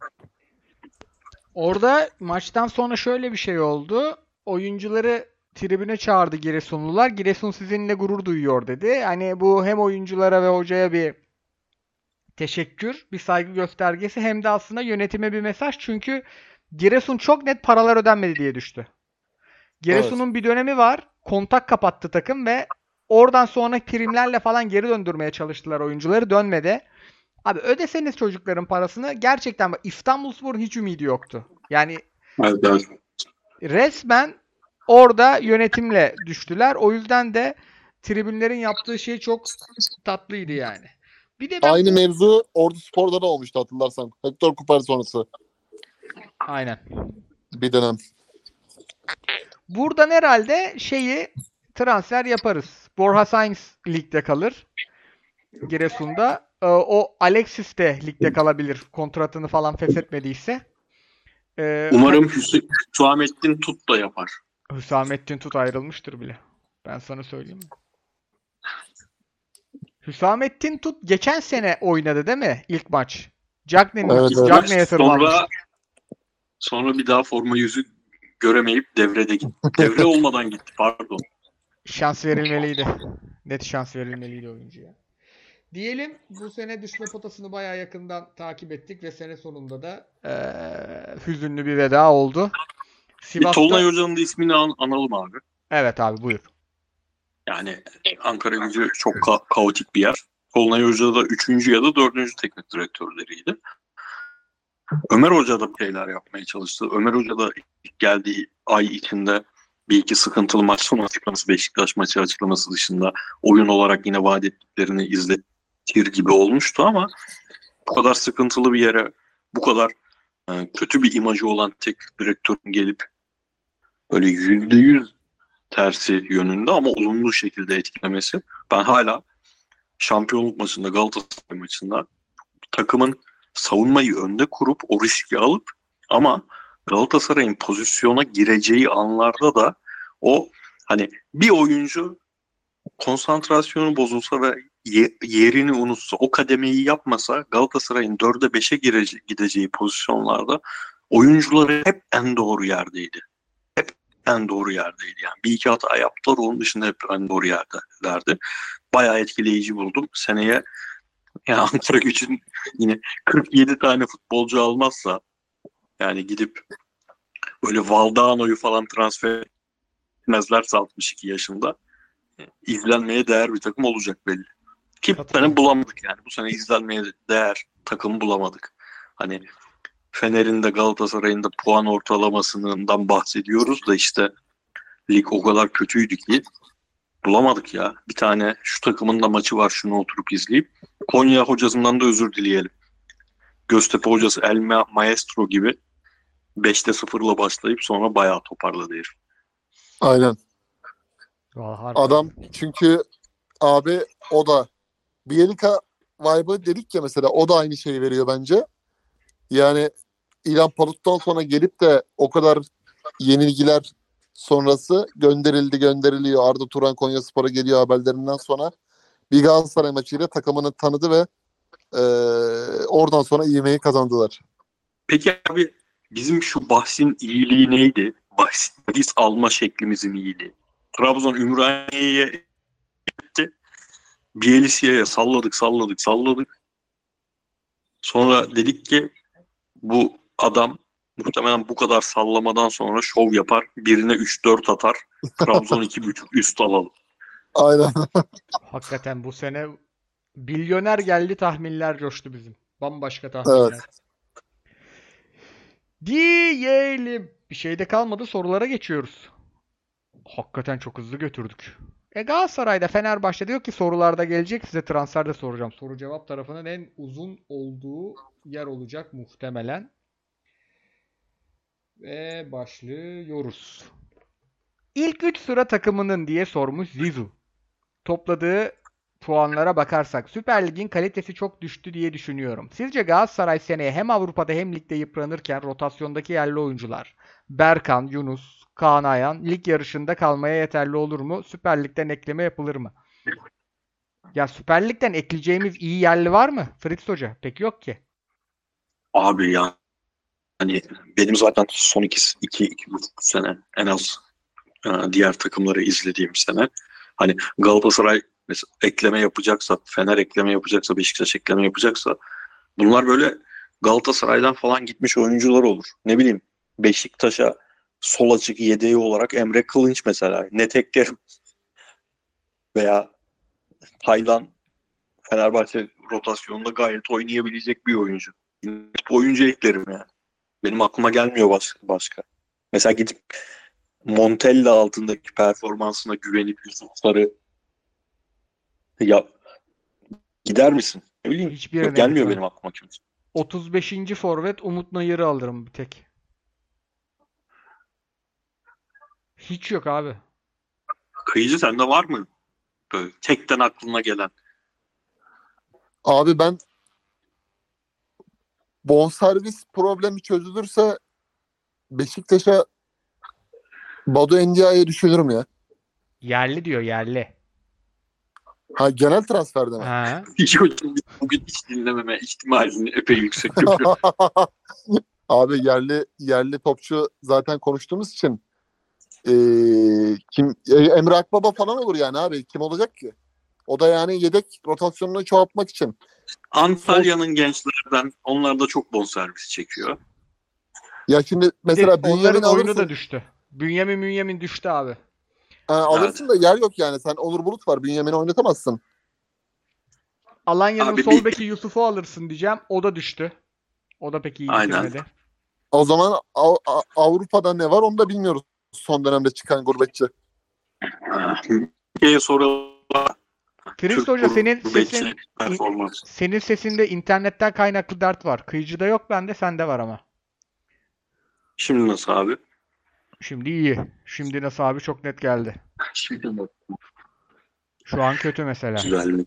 Orada maçtan sonra şöyle bir şey oldu. Oyuncuları tribüne çağırdı Giresunlular. Giresun sizinle gurur duyuyor dedi. Hani bu hem oyunculara ve hocaya bir teşekkür, bir saygı göstergesi, hem de aslında yönetime bir mesaj. Çünkü Giresun çok net paralar ödenmedi diye düştü. Evet. Giresun'un bir dönemi var. Kontak kapattı takım ve oradan sonra primlerle falan geri döndürmeye çalıştılar oyuncuları. Dönmedi. Abi ödeseniz çocukların parasını, gerçekten bak, İstanbulspor'un hiç ümidi yoktu. Yani Evet, evet. resmen orada yönetimle düştüler. O yüzden de tribünlerin yaptığı şey çok tatlıydı yani. Bir de ben Aynı mevzu Ordu Spor'da da olmuştu hatırlarsan. Hector Kupari sonrası aynen. bir dönem. Buradan herhalde transfer yaparız. Borja Sainz ligde kalır. Giresun'da. O Alexis de ligde kalabilir. Kontratını falan feshetmediyse. Umarım Hüsamettin Tut da yapar. Hüsamettin Tut ayrılmıştır bile. Ben sana söyleyeyim mi? Hüsamettin Tut geçen sene oynadı değil mi? İlk maç. Cagney'in Evet, evet. Cagney'e tırmanmış. Sonra bir daha forma yüzü göremeyip devrede gitti. Devre olmadan gitti, pardon. Şans verilmeliydi. Net şans verilmeliydi oyuncuya. Diyelim bu sene düşme potasını bayağı yakından takip ettik ve sene sonunda da hüzünlü bir veda oldu. Bir Sivas'ta... Tolunay Hoca'nın da ismini analım abi. Evet abi, buyur. Yani Ankara Gücü çok kaotik bir yer. Tolunay Hoca da 3. ya da 4. teknik direktörleriydi. Ömer Hoca da şeyler yapmaya çalıştı. Ömer Hoca da ilk geldiği ay içinde bir iki sıkıntılı maç sonu açıklaması, Beşiktaş maçı açıklaması dışında oyun olarak yine vaat ettiklerini izletir gibi olmuştu ama bu kadar sıkıntılı bir yere, bu kadar kötü bir imajı olan teknik direktörün gelip böyle %100 tersi yönünde ama olumlu şekilde etkilemesi, ben hala şampiyonluk maçında, Galatasaray maçında takımın savunmayı önde kurup o riski alıp ama Galatasaray'ın pozisyona gireceği anlarda da o, hani bir oyuncu konsantrasyonu bozulsa ve yerini unutsa, o kademeyi yapmasa, Galatasaray'ın 4'e 5'e gideceği pozisyonlarda oyuncuları hep en doğru yerdeydi. Hep en doğru yerdeydi. Yani bir iki hata yaptılar, onun dışında hep en doğru yerdelerdi. Bayağı etkileyici buldum. Seneye yani Ankara Gücü'nün yine 47 tane futbolcu almazsa, yani gidip böyle Valdano'yu falan transfer etmezlerse 62 yaşında izlenmeye değer bir takım olacak belli. Ki bu sene bulamadık yani. Bu sene izlenmeye değer takımı bulamadık. Hani Fener'in de Galatasaray'ın da puan ortalamasından bahsediyoruz da işte lig o kadar kötüydü ki bulamadık ya. Bir tane şu takımın da maçı var, şunu oturup izleyip. Konya hocasından da özür dileyelim. Göztepe hocası Maestro gibi 5'te 0'la başlayıp sonra bayağı toparladı herif. Aynen. Vallahi Adam çünkü abi o da Bielika vibe'ı dedik ya, mesela o da aynı şeyi veriyor bence. Yani İlhan Palut'tan sonra gelip de o kadar yenilgiler sonrası gönderiliyor. Arda Turan Konyaspor'a geliyor haberlerinden sonra bir Galatasaray maçıyla takımını tanıdı ve oradan sonra ivmeyi kazandılar. Peki abi, bizim şu bahsin iyiliği neydi? Bahis alma şeklimizin iyiliği. Trabzon Ümraniye'ye gitti. Bielicia'ya salladık. Sonra dedik ki bu adam muhtemelen bu kadar sallamadan sonra şov yapar. Birine 3-4 atar. Trabzon 2.5 üst alalım. Aynen. hakikaten bu sene milyoner geldi, tahminler coştu bizim. Bambaşka tahminler. Evet. Diyelim. Bir şey de kalmadı. Sorulara geçiyoruz. Hakikaten çok hızlı götürdük. Galatasaray'da Fenerbahçe diyor ki sorularda gelecek. Size transferde soracağım. Soru cevap tarafının en uzun olduğu yer olacak muhtemelen. Ve başlıyoruz. İlk 3 sıra takımının diye sormuş Zizu. Topladığı puanlara bakarsak Süper Lig'in kalitesi çok düştü diye düşünüyorum. Sizce Galatasaray seneye hem Avrupa'da hem ligde yıpranırken rotasyondaki yerli oyuncular Berkan, Yunus, Kaan Ayhan lig yarışında kalmaya yeterli olur mu? Süper Lig'den ekleme yapılır mı? Ya Süper Lig'den ekleyeceğimiz iyi yerli var mı Fritz Hoca? Pek yok ki. Abi ya, hani benim zaten son 2,5 sene en az diğer takımları izlediğim sene. Hani Galatasaray mesela ekleme yapacaksa, Fener ekleme yapacaksa, Beşiktaş ekleme yapacaksa bunlar böyle Galatasaray'dan falan gitmiş oyuncular olur. Ne bileyim, Beşiktaş'a sol açık yedeği olarak Emre Kılınç mesela. Ne Tekkerim veya Taylan Fenerbahçe rotasyonunda gayet oynayabilecek bir oyuncu. Oyuncu eklerim yani. Benim aklıma gelmiyor başka. Mesela gidip Montella altındaki performansına güvenip Yusufları ya gider misin? Ne bileyim. Hiçbirine Yok, gelmiyor gitmem. benim aklıma kimse. 35. forvet Umut Nayır'ı alırım bir tek. Hiç yok abi. Kıyıcı sende var mı? Böyle tekten aklına gelen. Abi ben bonservis problemi çözülürse Beşiktaş'a Badu Endia'yı düşünürüm ya. Yerli diyor, yerli. Ha, genel transferde mi? Ha. Hiç hocam bugün hiç dinlememe ihtimalini epey yüksek görüyorum. Abi yerli topçu zaten konuştuğumuz için Emre Akbaba falan olur yani abi. Kim olacak ki? O da yani yedek rotasyonunu çoğaltmak için. Antalya'nın gençlerden, onlar da çok bonservis çekiyor. Ya şimdi Bir de mesela onların Bünyamin'i oyunu alırsın. da düştü. Bünyamin düştü abi. Alırsın da yer yok yani. Sen Onur Bulut var. Bünyamin'i oynatamazsın. Alanya'nın Abi sol beki Yusuf'u alırsın diyeceğim. O da düştü. O da pek iyi Aynen. bitirmedi. O zaman Avrupa'da ne var onu da bilmiyoruz. Son dönemde çıkan gurbetçi. Türkiye'ye soralım. Fritz Hoca senin gurbetçi sesin performans. senin sesinde internetten kaynaklı dert var. Kıyıcıda yok, bende sende var ama. Şimdi nasıl abi? Şimdi iyi. Şimdi nasıl abi, çok net geldi. Şimdi nasıl? Şu an kötü mesela. Güzel mi?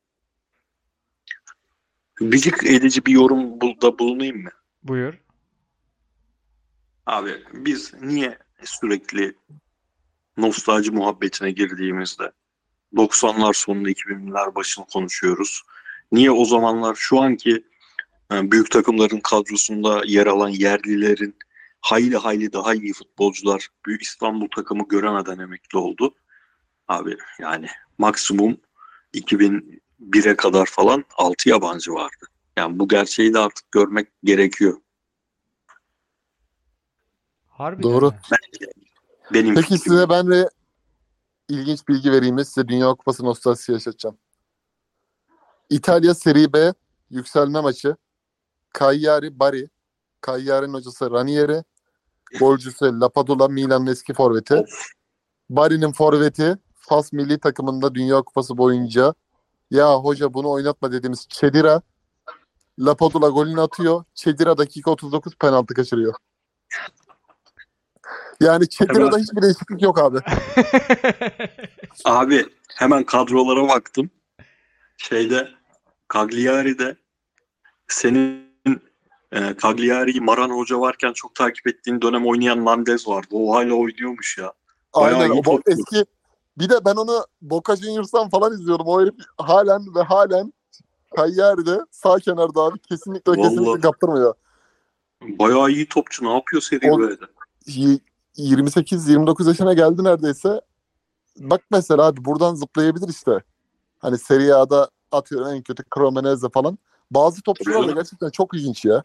Gıcık edici bir yorumda bulunayım mı? Buyur. Abi biz niye sürekli nostalji muhabbetine girdiğimizde 90'lar sonunda 2000'ler başını konuşuyoruz? Niye o zamanlar şu anki büyük takımların kadrosunda yer alan yerlilerin hayli hayli daha iyi futbolcular Büyük İstanbul takımı göremeden emekli oldu. Abi yani maksimum 2001'e kadar falan 6 yabancı vardı. Yani bu gerçeği de artık görmek gerekiyor. Harbiden Doğru. ha. Benim Peki fikrim. size ben de ilginç bilgi vereyim ve size Dünya Kupası nostaljisi yaşatacağım. İtalya Serie B yükselme maçı. Cagliari Bari. Cagliari'nin hocası Ranieri. Golcüsü Lapadula, Milan'ın eski forveti. Of, Bari'nin forveti Fas milli takımında Dünya Kupası boyunca ya hoca bunu oynatma dediğimiz Çedira. Lapadula golünü atıyor. Çedira dakika 39 penaltı kaçırıyor. Yani Çedira'da hemen, hiçbir değişiklik yok abi. abi hemen kadrolara baktım. Şeyde Cagliari'de senin Cagliari'yi Maran Hoca varken çok takip ettiğin dönem oynayan Nandez vardı. O hala oynuyormuş ya. Bayağı Aynen. iyi O topçu. eski bir de ben onu Boca Juniors'tan falan izliyordum. O herif halen Cagliari'de sağ kenarda abi kesinlikle Vallahi kaptırmıyor. bayağı iyi topçu. Ne yapıyor Serie O B'de? 28-29 yaşına geldi neredeyse. Bak mesela abi buradan zıplayabilir işte. Hani Serie A'da atıyorum en kötü Cremonese falan. Bazı topçular da gerçekten çok ilginç ya.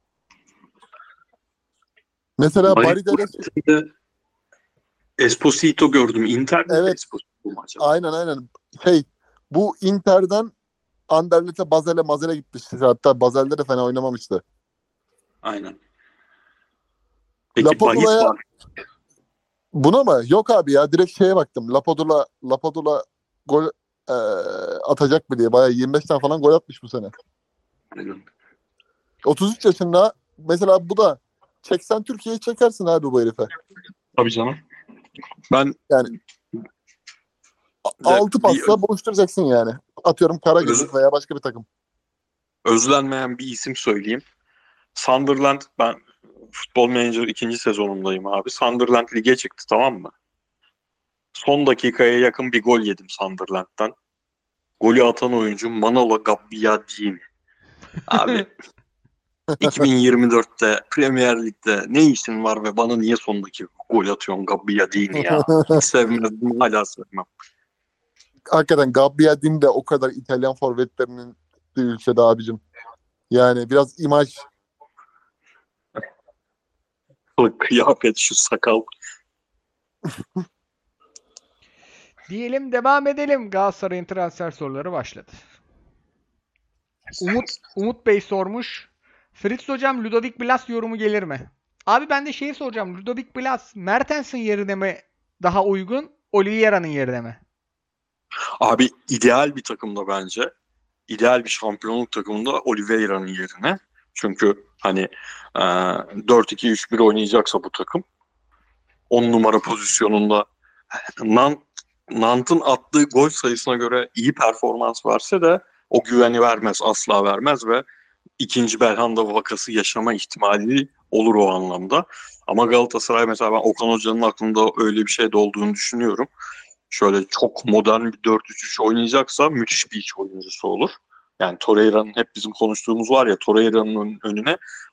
Mesela Bayern Bari'de de Münih'te Esposito gördüm. Inter miydi evet, Esposito mu acaba? aynen. Bu Inter'den Anderlet'e Basel'e gitmişti. Hatta Basel'de de fena oynamamıştı. Aynen. Peki bahis Lapadula'ya var. buna mı? Yok abi ya direkt şeye baktım. Lapadula gol e, atacak mı diye. Bayağı 25 tane falan gol atmış bu sene. Aynen. 33 yaşında mesela bu da çeksen Türkiye'yi çekersin abi bu herife. Tabii canım. Ben Yani de 6 pasla buluşturacaksın yani. Atıyorum Karagümrük veya başka bir takım. özlenmeyen bir isim söyleyeyim. Sunderland, ben Futbol Manager 2. sezonundayım abi. Sunderland lige çıktı, tamam mı? Son dakikaya yakın bir gol yedim Sunderland'dan. Golü atan oyuncu Manolo Gabbiadini. Abi 2024'te Premier Lig'de ne işin var ve bana niye son dakika gol atıyorsun Gabbiadini ya? Hiç sevmezdim, hala sevmem. Hakikaten Gabbiadini de o kadar İtalyan forvetlerinin bir ülkede abicim. Yani biraz imaj. Kıyafet, şu sakal. Diyelim devam edelim. Galatasaray'ın transfer soruları başladı. Umut Bey sormuş. Fritz hocam Ludovic Blas yorumu gelir mi? Abi ben de şeyi soracağım. Ludovic Blas Mertens'in yerine mi daha uygun? Oliveira'nın yerine mi? Abi ideal bir takımda bence. İdeal bir şampiyonluk takımında Oliveira'nın yerine. Çünkü hani 4-2-3-1 oynayacaksa bu takım 10 numara pozisyonunda Nant, Nant'ın attığı gol sayısına göre iyi performans verse de o güveni vermez, asla vermez ve ikinci Belhanda vakası yaşama ihtimali olur o anlamda. Ama Galatasaray mesela, ben Okan Hoca'nın aklında öyle bir şey de olduğunu düşünüyorum. Şöyle çok modern bir 4-3-3 oynayacaksa müthiş bir iç oyuncusu olur. Yani Torreira'nın, hep bizim konuştuğumuz var ya, Torreira'nın önüne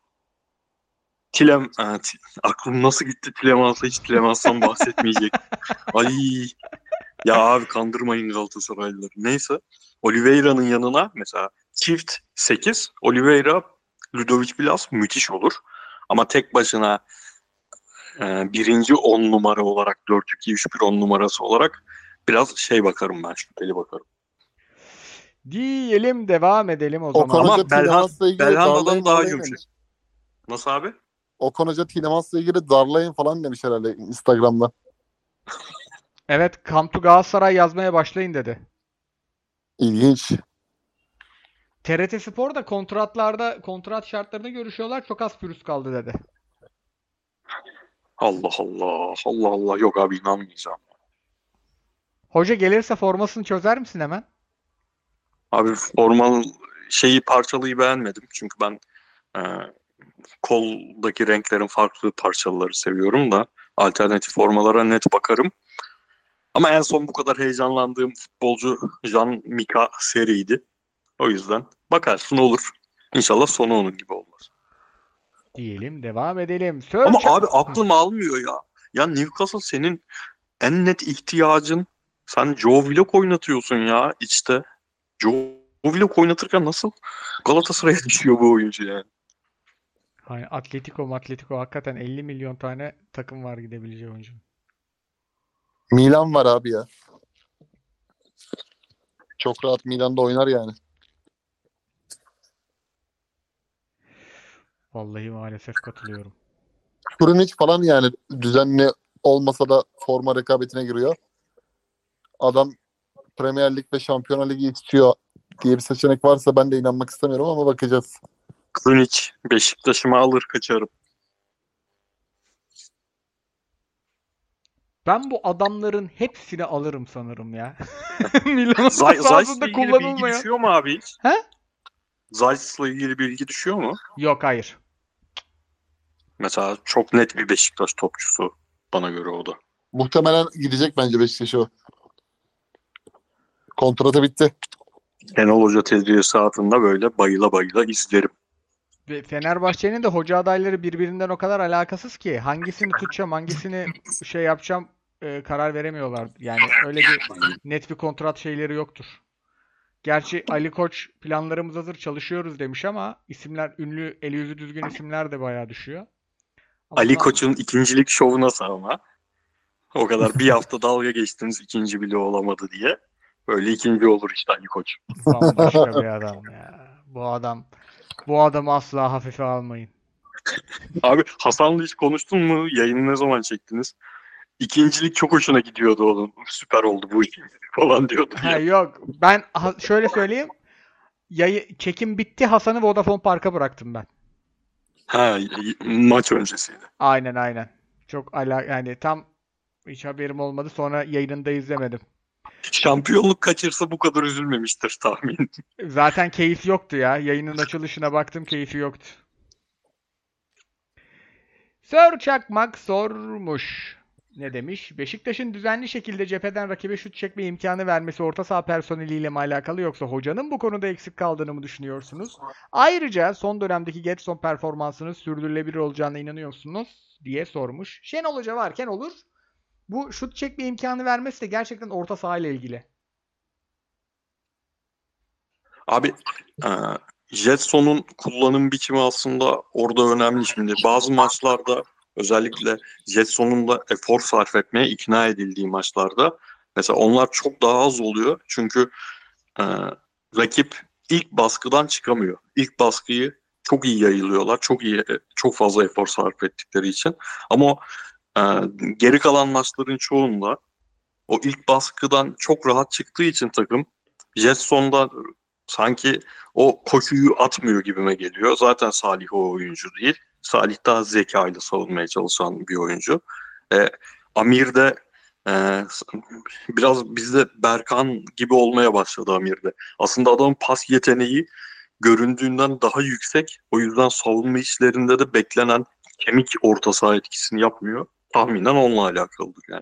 aklım nasıl gitti Tilemans'a, hiç Tilemans'tan bahsetmeyecek. Ay ya abi, kandırmayın Galatasaraylıları. Neyse, Oliveira'nın yanına mesela çift 8 Oliveira, Ludovic Blas müthiş olur. Ama tek başına birinci 10 numara olarak 4-2-3-1 10 numarası olarak biraz şey bakarım, ben şüpheli bakarım. Diyelim devam edelim o Okan zaman. Hoca Ama Tilemans'la ilgili Belhanda'dan daha darlayın yumuşak. demiş. Nasıl abi? Okan Hoca Tilemans'la ilgili darlayın falan demiş herhalde Instagram'da. Evet, Come to Galatasaray yazmaya başlayın dedi. İlginç. TRT Spor da kontrat şartlarını görüşüyorlar. Çok az pürüz kaldı dedi. Allah Allah. Allah Allah. Yok abi, inanmayacağım. Hoca gelirse formasını çözer misin hemen? Abi formal parçalıyı beğenmedim. Çünkü ben e, koldaki renklerin farklı parçaları seviyorum da alternatif formalara net bakarım. Ama en son bu kadar heyecanlandığım futbolcu Jan Mika seriydi. O yüzden bakarsın, olur. İnşallah sonu onun gibi olmaz. Diyelim, devam edelim. Ama Search abi aklım almıyor ya. Ya Newcastle senin en net ihtiyacın. Sen Joe Willock oynatıyorsun ya içte. Joe Willock oynatırken nasıl Galatasaray'a düşüyor bu oyuncu yani? Hani Atletico hakikaten 50 milyon tane takım var gidebileceği oyuncu. Milan var abi ya. Çok rahat Milan'da oynar yani. Vallahi maalesef katılıyorum. Kurunic falan yani düzenli olmasa da forma rekabetine giriyor. Adam Premier Lig ve Şampiyonlar Ligi istiyor diye bir seçenek varsa ben de inanmak istemiyorum ama bakacağız. Krunic Beşiktaş'ıma alır kaçarım. Ben bu adamların hepsini alırım sanırım ya. Milan Zayt'la sahasında ilgili bilgi kullanılmayan. düşüyor mu abi hiç? He? Zayt'la ilgili bilgi düşüyor mu? Yok, hayır. Mesela çok net bir Beşiktaş topçusu bana göre o da. Muhtemelen gidecek bence Beşiktaş'a o. Kontratı bitti. Şenol Hoca tedrisatında böyle bayıla bayıla izlerim. Ve Fenerbahçe'nin de hoca adayları birbirinden o kadar alakasız ki hangisini tutacağım, hangisini şey yapacağım karar veremiyorlar. Yani öyle bir net bir kontrat şeyleri yoktur. Gerçi Ali Koç planlarımız hazır çalışıyoruz demiş ama isimler ünlü, eli yüzü düzgün isimler de bayağı düşüyor. Ama Ali Koç'un ikincilik şovu nasıl ama? O kadar bir hafta dalga geçtiniz ikinci bile olamadı diye. Böyle ikinci olur işte Ali Koç. bambaşka bir adam ya. Bu adamı asla hafife almayın. Abi Hasan'la hiç konuştun mu? Yayını ne zaman çektiniz? İkincilik çok hoşuna gidiyordu onun. Süper oldu bu ikincilik falan diyordu Ha ya. yok. Ben şöyle söyleyeyim. Çekim bitti. Hasan'ı Vodafone Park'a bıraktım ben. Ha, maç öncesiydi. Aynen. Yani tam hiç haberim olmadı. Sonra yayınında izlemedim. Şampiyonluk kaçırsa bu kadar üzülmemiştir tahmin. Zaten keyif yoktu ya. Yayının açılışına baktım, keyfi yoktu. Sör Çakmak sormuş. Ne demiş? Beşiktaş'ın düzenli şekilde cepheden rakibe şut çekme imkanı vermesi orta saha personeliyle mi alakalı yoksa hocanın bu konuda eksik kaldığını mı düşünüyorsunuz? Ayrıca son dönemdeki Gedson performansının sürdürülebilir olacağına inanıyorsunuz diye sormuş. Şenol Hoca varken olur. Bu şut çekme imkanı vermesi de gerçekten orta saha ile ilgili. Abi Jetson'un kullanım biçimi aslında orada önemli şimdi. Bazı maçlarda özellikle Jetson'un da efor sarf etmeye ikna edildiği maçlarda mesela onlar çok daha az oluyor. Çünkü e, rakip ilk baskıdan çıkamıyor. İlk baskıyı çok iyi yayılıyorlar. Çok fazla efor sarf ettikleri için. Ama e, geri kalan maçların çoğunda o ilk baskıdan çok rahat çıktığı için takım Jetson'da sanki o koşuyu atmıyor gibime geliyor. Zaten Salih o oyuncu değil. Salih daha zekayla savunmaya çalışan bir oyuncu. E, Amir de e, biraz bizde Berkan gibi olmaya başladı Amir'de. Aslında adamın pas yeteneği göründüğünden daha yüksek. O yüzden savunma işlerinde de beklenen kemik orta saha etkisini yapmıyor. Tahminen onunla alakalıdır yani.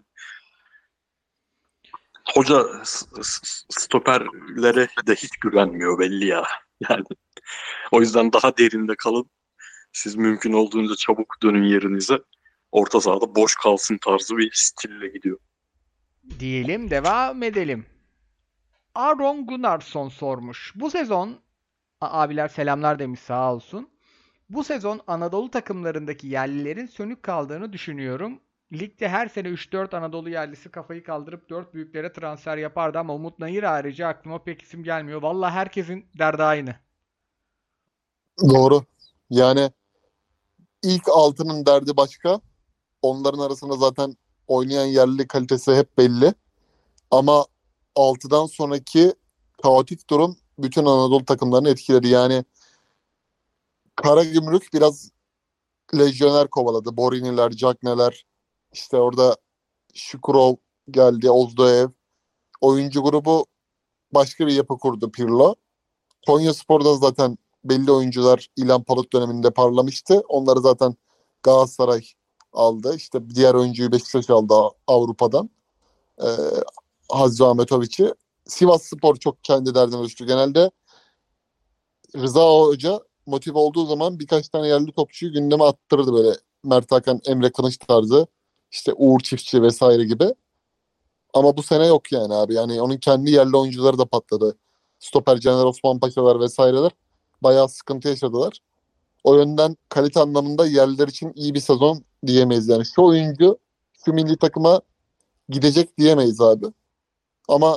Hoca stoperlere de hiç güvenmiyor belli ya. Yani o yüzden daha derinde kalın. Siz mümkün olduğunca çabuk dönün yerinize. Orta sahada boş kalsın tarzı bir stille gidiyor. Diyelim, devam edelim. Aron Gunnarsson sormuş. Bu sezon abiler selamlar demiş, sağ olsun. Bu sezon Anadolu takımlarındaki yerlilerin sönük kaldığını düşünüyorum. Ligde her sene 3-4 Anadolu yerlisi kafayı kaldırıp 4 büyüklere transfer yapardı ama Umut Nayır harici aklıma pek isim gelmiyor. Vallahi herkesin derdi aynı. Doğru. Yani ilk altının derdi başka. Onların arasında zaten oynayan yerli kalitesi hep belli. Ama 6'dan sonraki kaotik durum bütün Anadolu takımlarını etkiledi. Yani Karagümrük biraz lejyoner kovaladı. Boriniler, Cagney'ler, işte orada Şükrov geldi, Ozdoev. Oyuncu grubu başka bir yapı kurdu Pirlo. Konyaspor'da zaten belli oyuncular İlhan Palut döneminde parlamıştı. Onları zaten Galatasaray aldı. İşte diğer oyuncuyu Beşiktaş aldı Avrupa'dan. Ee, Hazri Ahmetoviç'i. Sivasspor çok kendi derdine düştü. Genelde Rıza Hoca motive olduğu zaman birkaç tane yerli topçuyu gündeme attırdı böyle. Mert Hakan, Emre Kılıç tarzı. İşte Uğur Çiftçi vesaire gibi. Ama bu sene yok yani abi. Yani onun kendi yerli oyuncuları da patladı. Stoper Caner Osman Paşalar vesaireler bayağı sıkıntı yaşadılar. O yönden kalite anlamında yerliler için iyi bir sezon diyemeyiz. Yani şu oyuncu şu milli takıma gidecek diyemeyiz abi. Ama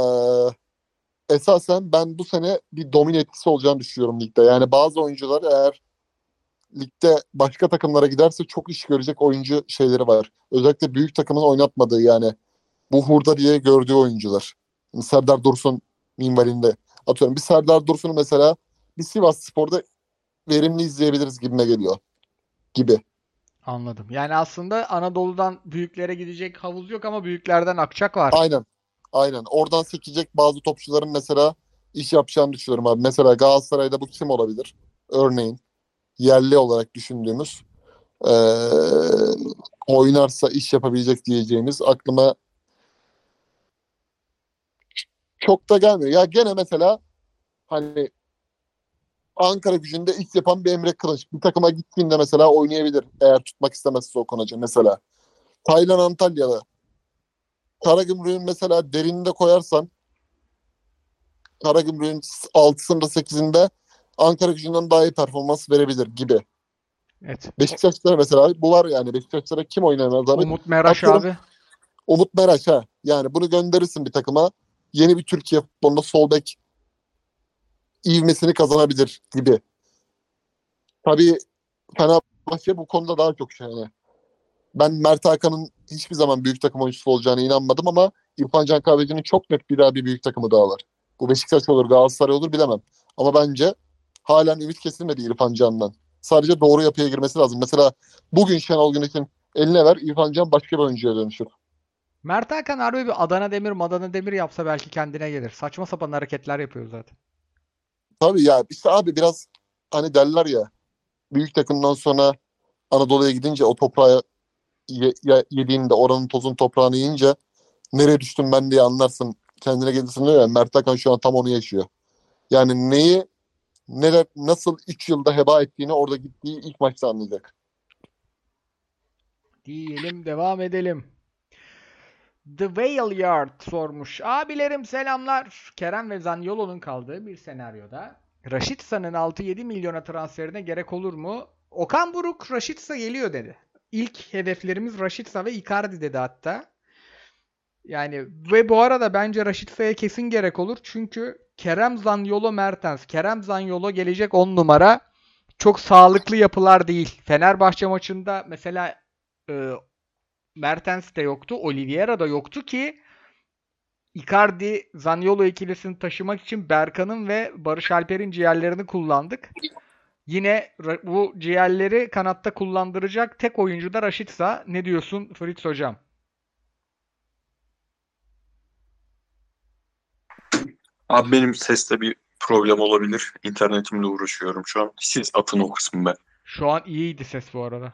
esasen ben bu sene bir domine etkisi olacağını düşünüyorum ligde. Yani bazı oyuncular eğer ligde başka takımlara giderse çok iş görecek oyuncu şeyleri var. Özellikle büyük takımın oynatmadığı yani bu hurda diye gördüğü oyuncular. Serdar Dursun minvalinde. Atıyorum bir Serdar Dursun'u mesela bir Sivasspor'da verimli izleyebiliriz gibime geliyor. Gibi. Anladım. Yani aslında Anadolu'dan büyüklere gidecek havuz yok ama büyüklerden akacak var. Aynen. Aynen. Oradan sekecek bazı topçuların mesela iş yapacağını düşünüyorum abi. Mesela Galatasaray'da bu kim olabilir? Örneğin yerli olarak düşündüğümüz ee, oynarsa iş yapabilecek diyeceğimiz aklıma çok da gelmiyor. Ya gene mesela hani Ankara Gücü'nde iş yapan bir Emre Kılıç. Bir takıma gittiğinde mesela oynayabilir. Eğer tutmak istemezse Okan Hoca mesela. Taylan Antalyalı. Karagümrük'ün mesela derininde koyarsan Karagümrük'ün 6'sında 8'inde Ankara Gücü'nden daha iyi performans verebilir gibi. Evet. Beşiktaş'ta mesela bu var yani. Beşiktaş'ta kim oynayamaz abi? Umut Meraş Atıyorum abi. Umut Meraş ha. Yani bunu gönderirsin bir takıma. Yeni bir Türkiye futbolunda sol bek ivmesini kazanabilir gibi. Tabii Fenerbahçe bu konuda daha çok yani. Ben Mert Hakan'ın hiçbir zaman büyük takım oyuncusu olacağına inanmadım ama İrfan Can Kahveci'nin çok net bir daha bir büyük takımı daha var. Bu Beşiktaş olur, Galatasaray olur bilemem. Ama bence halen ümit kesilmedi İrfan Can'dan. Sadece doğru yapıya girmesi lazım. Mesela bugün Şenol Güneş'in eline ver, İrfan Can başka bir oyuncuya dönüşür. Mert Hakan harbi bir Adana Demir, Madana Demir yapsa belki kendine gelir. Saçma sapan hareketler yapıyor zaten. Tabii ya işte abi biraz hani derler ya büyük takımdan sonra Anadolu'ya gidince o toprağı yediğinde oranın tozun toprağını yiyince nereye düştüm ben diye anlarsın. Kendine gelirsin diyor ya Mert Hakan şu an tam onu yaşıyor. Yani neyi neler nasıl 3 yılda heba ettiğini orada gittiği ilk maçta anlayacak. Diyelim devam edelim. The Whale Yard sormuş. Abilerim selamlar. Kerem ve Zaniolo'nun kaldığı bir senaryoda Rashidsa'nın 6-7 milyona transferine gerek olur mu? Okan Buruk Rashica geliyor dedi. İlk hedeflerimiz Rashica ve Icardi dedi hatta. Yani ve bu arada bence Rashica'ya kesin gerek olur. Çünkü Kerem Zaniolo Mertens. Kerem Zaniolo gelecek 10 numara. Çok sağlıklı yapılar değil. Fenerbahçe maçında mesela e, Mertens de yoktu. Oliveira da yoktu ki Icardi Zaniolo ikilisini taşımak için Berkan'ın ve Barış Alper'in ciğerlerini kullandık. Yine bu ciğerleri kanatta kullandıracak tek oyuncu da Rashica. Ne diyorsun Fritz hocam? Abi benim seste bir problem olabilir. İnternetimle uğraşıyorum şu an. Siz atın o kısmı ben. Şu an iyiydi ses bu arada.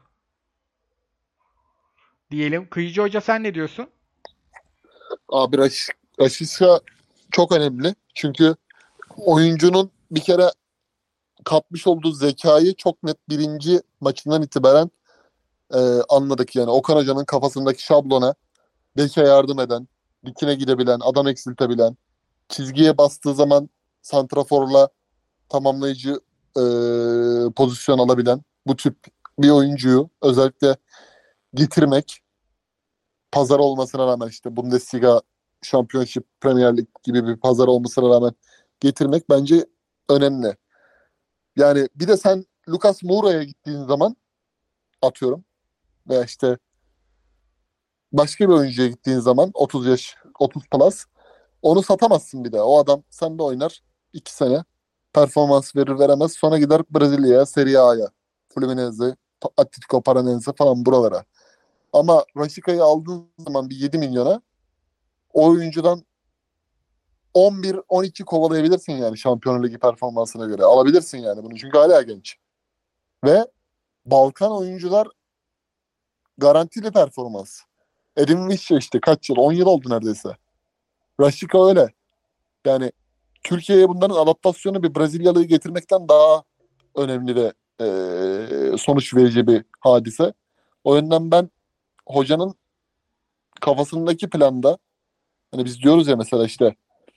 Diyelim. Kıyıcı Hoca sen ne diyorsun? Abi Rashica çok önemli. Çünkü oyuncunun bir kere kapmış olduğu zekayı çok net birinci maçından itibaren anladık yani. Okan Hoca'nın kafasındaki şablona beke yardım eden, dikine gidebilen, adam eksiltebilen, çizgiye bastığı zaman santraforla tamamlayıcı pozisyon alabilen bu tip bir oyuncuyu özellikle getirmek pazar olmasına rağmen işte Bundesliga, Championship, Premier Lig gibi bir pazar olmasına rağmen getirmek bence önemli. Yani bir de sen Lucas Moura'ya gittiğin zaman atıyorum veya işte başka bir oyuncuya gittiğin zaman 30 yaş 30 plus onu satamazsın bir daha. O adam sende oynar 2 sene performans verir veremez sonra gider Brezilya'ya, Serie A'ya, Fluminense, Atletico Paranaense falan buralara. Ama Rashica'yı aldığın zaman bir 7 milyona o oyuncudan 11-12 kovalayabilirsin yani Şampiyonlar Ligi performansına göre. Alabilirsin yani bunu çünkü hala genç. Ve Balkan oyuncular garantili performans. Edin Visca işte kaç yıl? 10 yıl oldu neredeyse. Rashica öyle. Yani Türkiye'ye bunların adaptasyonu bir Brezilyalı'yı getirmekten daha önemli ve sonuç verici bir hadise. O yönden ben hocanın kafasındaki planda, hani biz diyoruz ya mesela işte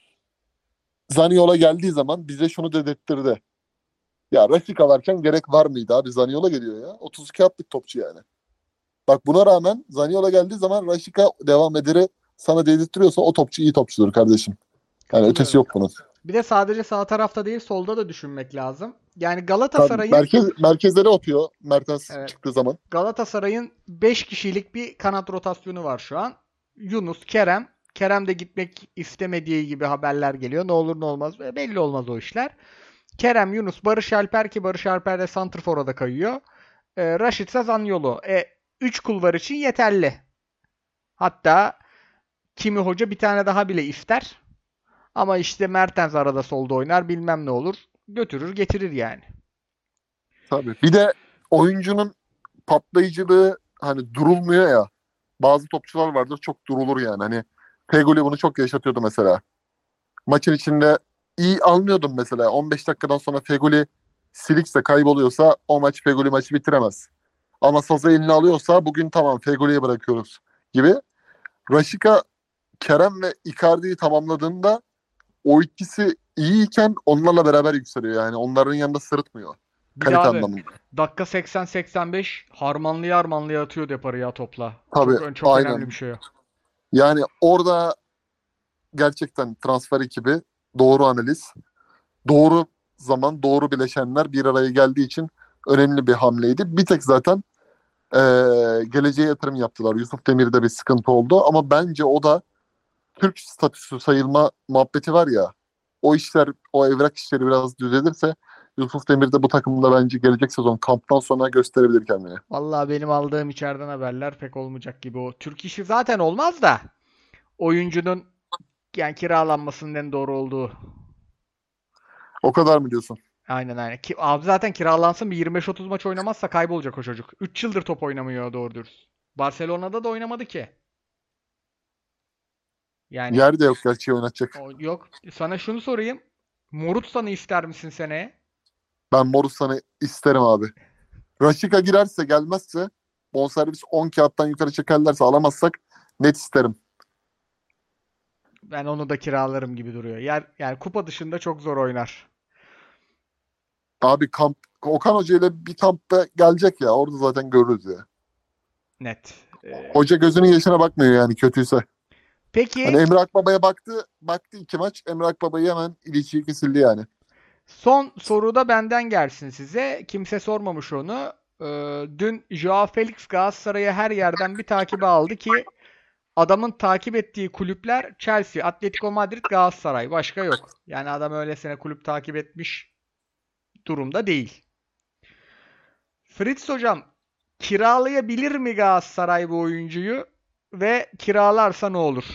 Zaniolo geldiği zaman bize şunu dedirttirdi. Ya Rashica varken gerek var mıydı abi? Zaniolo geliyor ya. 32 attık topçu yani. Bak buna rağmen Zaniolo geldiği zaman Rashica devam ederi sana dedirtiyorsa o topçu iyi topçudur kardeşim. Yani ötesi Katılıyorum. yok bunun. Bir de sadece sağ tarafta değil solda da düşünmek lazım. Yani Tabii Galatasaray'ın merkezlere yapıyor Mertens evet, çıktığı zaman. Galatasaray'ın 5 kişilik bir kanat rotasyonu var şu an. Yunus, Kerem. Kerem de gitmek istemediği gibi haberler geliyor. Ne olur ne olmaz. Belli olmaz o işler. Kerem, Yunus, Barış Alper ki Barış Alper de santrfora da kayıyor. Rashica, Zaniolo. 3 kulvar için yeterli. Hatta kimi hoca bir tane daha bile ister. Ama işte Mertens arada solda oynar bilmem ne olur. Götürür getirir yani. Tabii. Bir de oyuncunun patlayıcılığı hani durulmuyor ya. Bazı topçular vardır çok durulur yani. Hani Fegoli bunu çok yaşatıyordu mesela. Maçın içinde iyi almıyordum mesela. 15 dakikadan sonra Fegoli silikse kayboluyorsa o maç Fegoli maçı bitiremez. Ama sazı eline alıyorsa bugün tamam Fegoli'ye bırakıyoruz gibi. Rashica, Kerem ve Icardi'yi tamamladığında o ikisi iyiyken onlarla beraber yükseliyor yani. Onların yanında sırıtmıyor. Bir de Kalite abi anlamında. dakika 80-85 harmanlıya harmanlıya atıyor deparı ya topla. Tabii Çok önemli bir aynen. şey o. Yani orada gerçekten transfer ekibi doğru analiz, doğru zaman, doğru bileşenler bir araya geldiği için önemli bir hamleydi. Bir tek zaten geleceğe yatırım yaptılar. Yusuf Demir'de bir sıkıntı oldu ama bence o da Türk statüsü sayılma muhabbeti var ya. O işler, o evrak işleri biraz düzelirse Yusuf Demir de bu takımda bence gelecek sezon kamptan sonra gösterebilir kendini. Vallahi benim aldığım içeriden haberler pek olmayacak gibi o. Türk işi zaten olmaz da oyuncunun yani kiralanmasının en doğru olduğu. O kadar mı diyorsun? Aynen. Abi zaten kiralansın bir 25-30 maç oynamazsa kaybolacak o çocuk. 3 yıldır top oynamıyor doğru dürüst. Barcelona'da da oynamadı ki. Yani Yer de yok gerçeği oynatacak. yok. Sana şunu sorayım. Morutsan'ı ister misin seneye? Ben Morusan'ı isterim abi. Rashica girerse gelmezse bonservis 10 kağıttan yukarı çekerlerse alamazsak net isterim. Ben onu da kiralarım gibi duruyor. Yani kupa dışında çok zor oynar. Abi kamp Okan Hoca ile bir kampta gelecek ya orada zaten görürüz ya. Net. Hoca gözünün yaşına bakmıyor yani kötüyse. Hani Peki Emre Akbaba'ya baktı 2 maç. Emre Akbaba'yı hemen ilişiği kesildi yani. son soru da benden gelsin size. Kimse sormamış onu. Dün Joao Felix Galatasaray'ı her yerden bir takibe aldı ki adamın takip ettiği kulüpler Chelsea, Atletico Madrid, Galatasaray. Başka yok. Yani adam öylesine kulüp takip etmiş durumda değil. Fritz hocam kiralayabilir mi Galatasaray bu oyuncuyu ve kiralarsa ne olur?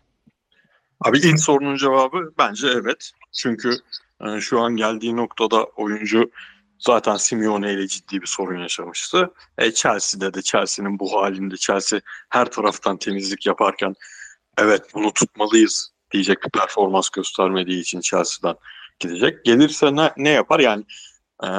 Abi ilk sorunun cevabı bence evet. Çünkü şu an geldiği noktada oyuncu zaten Simeone ile ciddi bir sorun yaşamıştı. Chelsea'nin bu halinde Chelsea her taraftan temizlik yaparken evet bunu tutmalıyız diyecek bir performans göstermediği için Chelsea'den gidecek. Gelirse ne yapar? Yani e,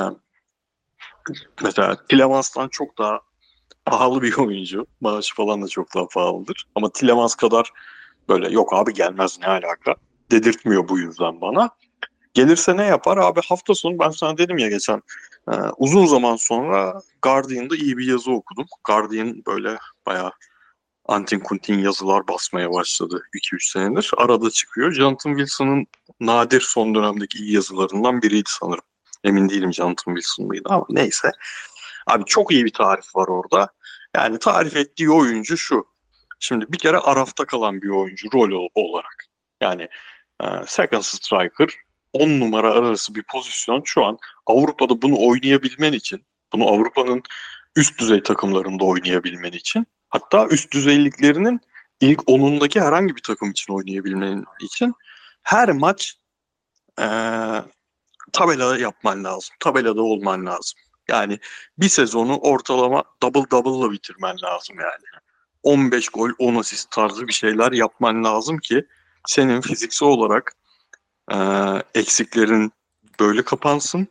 mesela Tillemans'tan çok daha pahalı bir oyuncu. Maaşı falan da çok daha pahalıdır. Ama Tillemans kadar böyle yok abi gelmez ne alaka dedirtmiyor bu yüzden bana. Gelirse ne yapar? Abi hafta sonu ben sana dedim ya geçen uzun zaman sonra Guardian'da iyi bir yazı okudum. Guardian böyle bayağı antin kuntin yazılar basmaya başladı 2-3 senedir. Arada çıkıyor. Jonathan Wilson'ın nadir son dönemdeki iyi yazılarından biriydi sanırım. Emin değilim Jonathan Wilson mıydı ama neyse. Abi çok iyi bir tarif var orada. Yani tarif ettiği oyuncu şu. Şimdi bir kere arafta kalan bir oyuncu rol olarak. Yani second striker 10 numara arası bir pozisyon şu an Avrupa'da bunu oynayabilmen için, bunu Avrupa'nın üst düzey takımlarında oynayabilmen için, hatta üst düzeyliklerinin ilk onundaki herhangi bir takım için oynayabilmen için her maç e, tabelada yapman lazım. Tabelada olman lazım. Yani bir sezonu ortalama double double'la bitirmen lazım yani. 15 gol, 10 asist tarzı bir şeyler yapman lazım ki senin fiziksel olarak eksiklerin böyle kapansın.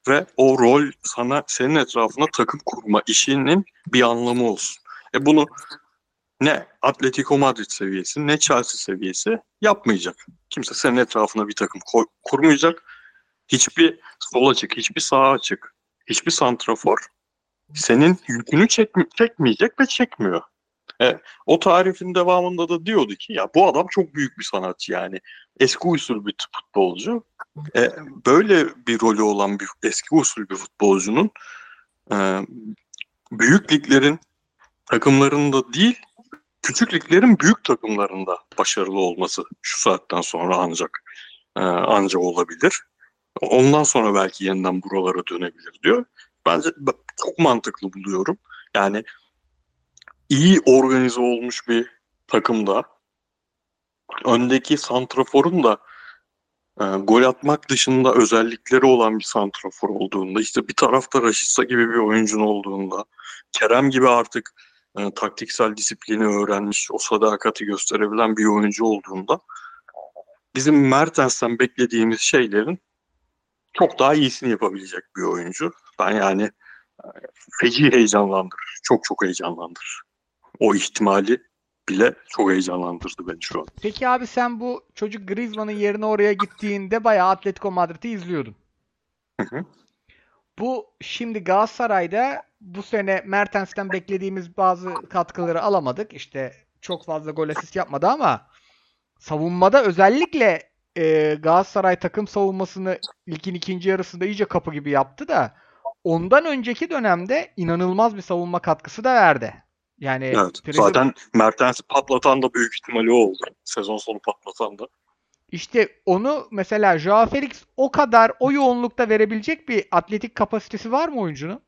ve o rol senin etrafına takım kurma işinin bir anlamı olsun. Bunu ne Atletico Madrid seviyesi ne Chelsea seviyesi yapmayacak. Kimse senin etrafına bir takım kurmayacak. Hiçbir sol açık, hiçbir sağ açık, hiçbir santrafor senin yükünü çekmeyecek ve çekmiyor. O tarifin devamında da diyordu ki ya bu adam çok büyük bir sanatçı yani. Eski usul bir futbolcu. Böyle bir rolü olan bir eski usul bir futbolcunun e, büyük liglerin takımlarında değil, küçük liglerin büyük takımlarında başarılı olması şu saatten sonra ancak olabilir. Ondan sonra belki yeniden buralara dönebilir diyor. Bence çok mantıklı buluyorum. Yani iyi organize olmuş bir takımda öndeki santraforun da gol atmak dışında özellikleri olan bir santrafor olduğunda, işte bir tarafta Rashica gibi bir oyuncun olduğunda, Kerem gibi artık taktiksel disiplini öğrenmiş, o sadakati gösterebilen bir oyuncu olduğunda bizim Mertens'ten beklediğimiz şeylerin çok daha iyisini yapabilecek bir oyuncu. Ben yani feci heyecanlandırır. Çok çok heyecanlandırır. O ihtimali bile çok heyecanlandırdı beni şu an. Peki abi sen bu çocuk Griezmann'ın yerine oraya gittiğinde bayağı Atletico Madrid'i izliyordun. Hı hı. Bu şimdi Galatasaray'da bu sene Mertens'ten beklediğimiz bazı katkıları alamadık. İşte çok fazla gol asist yapmadı ama savunmada özellikle Galatasaray takım savunmasını ilkin ikinci yarısında iyice kapı gibi yaptı da ondan önceki dönemde inanılmaz bir savunma katkısı da verdi. Yani Evet. Zaten Mertens'i patlatan da büyük ihtimalle o oldu. Sezon sonu patlatan da. İşte onu mesela Joao Felix o kadar o yoğunlukta verebilecek bir atletik kapasitesi var mı oyuncunun?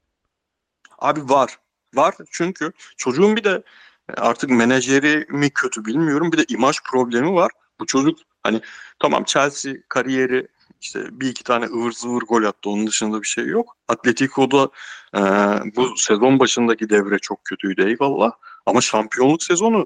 Abi var. Var çünkü çocuğun bir de artık menajeri mi kötü bilmiyorum. Bir de imaj problemi var. Bu çocuk hani tamam Chelsea kariyeri işte bir iki tane ıvır zıvır gol attı. Onun dışında bir şey yok. Atletico'da e, bu sezon başındaki devre çok kötüydü eyvallah. Ama şampiyonluk sezonu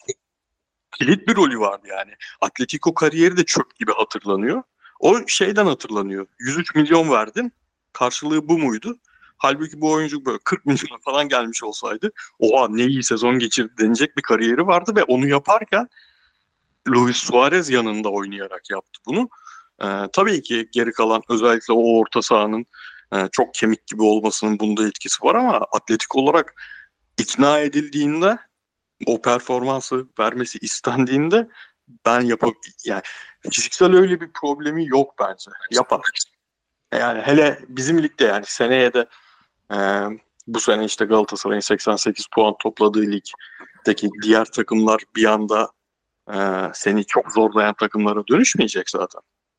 kilit bir rolü vardı yani. Atletico kariyeri de çöp gibi hatırlanıyor. O şeyden hatırlanıyor. 103 milyon verdin. Karşılığı bu muydu? Halbuki bu oyuncu böyle 40 milyon falan gelmiş olsaydı oha ne iyi sezon geçirdi denecek bir kariyeri vardı ve onu yaparken Luis Suarez yanında oynayarak yaptı bunu. Tabii ki geri kalan özellikle o orta sahanın çok kemik gibi olmasının bunda etkisi var ama atletik olarak ikna edildiğinde o performansı vermesi istendiğinde yani fiziksel öyle bir problemi yok bence. Yapar. Yani hele bizim ligde yani seneye de e, bu sene işte Galatasaray'ın 88 puan topladığı ligdeki diğer takımlar bir anda seni çok zorlayan takımlara dönüşmeyecek zaten.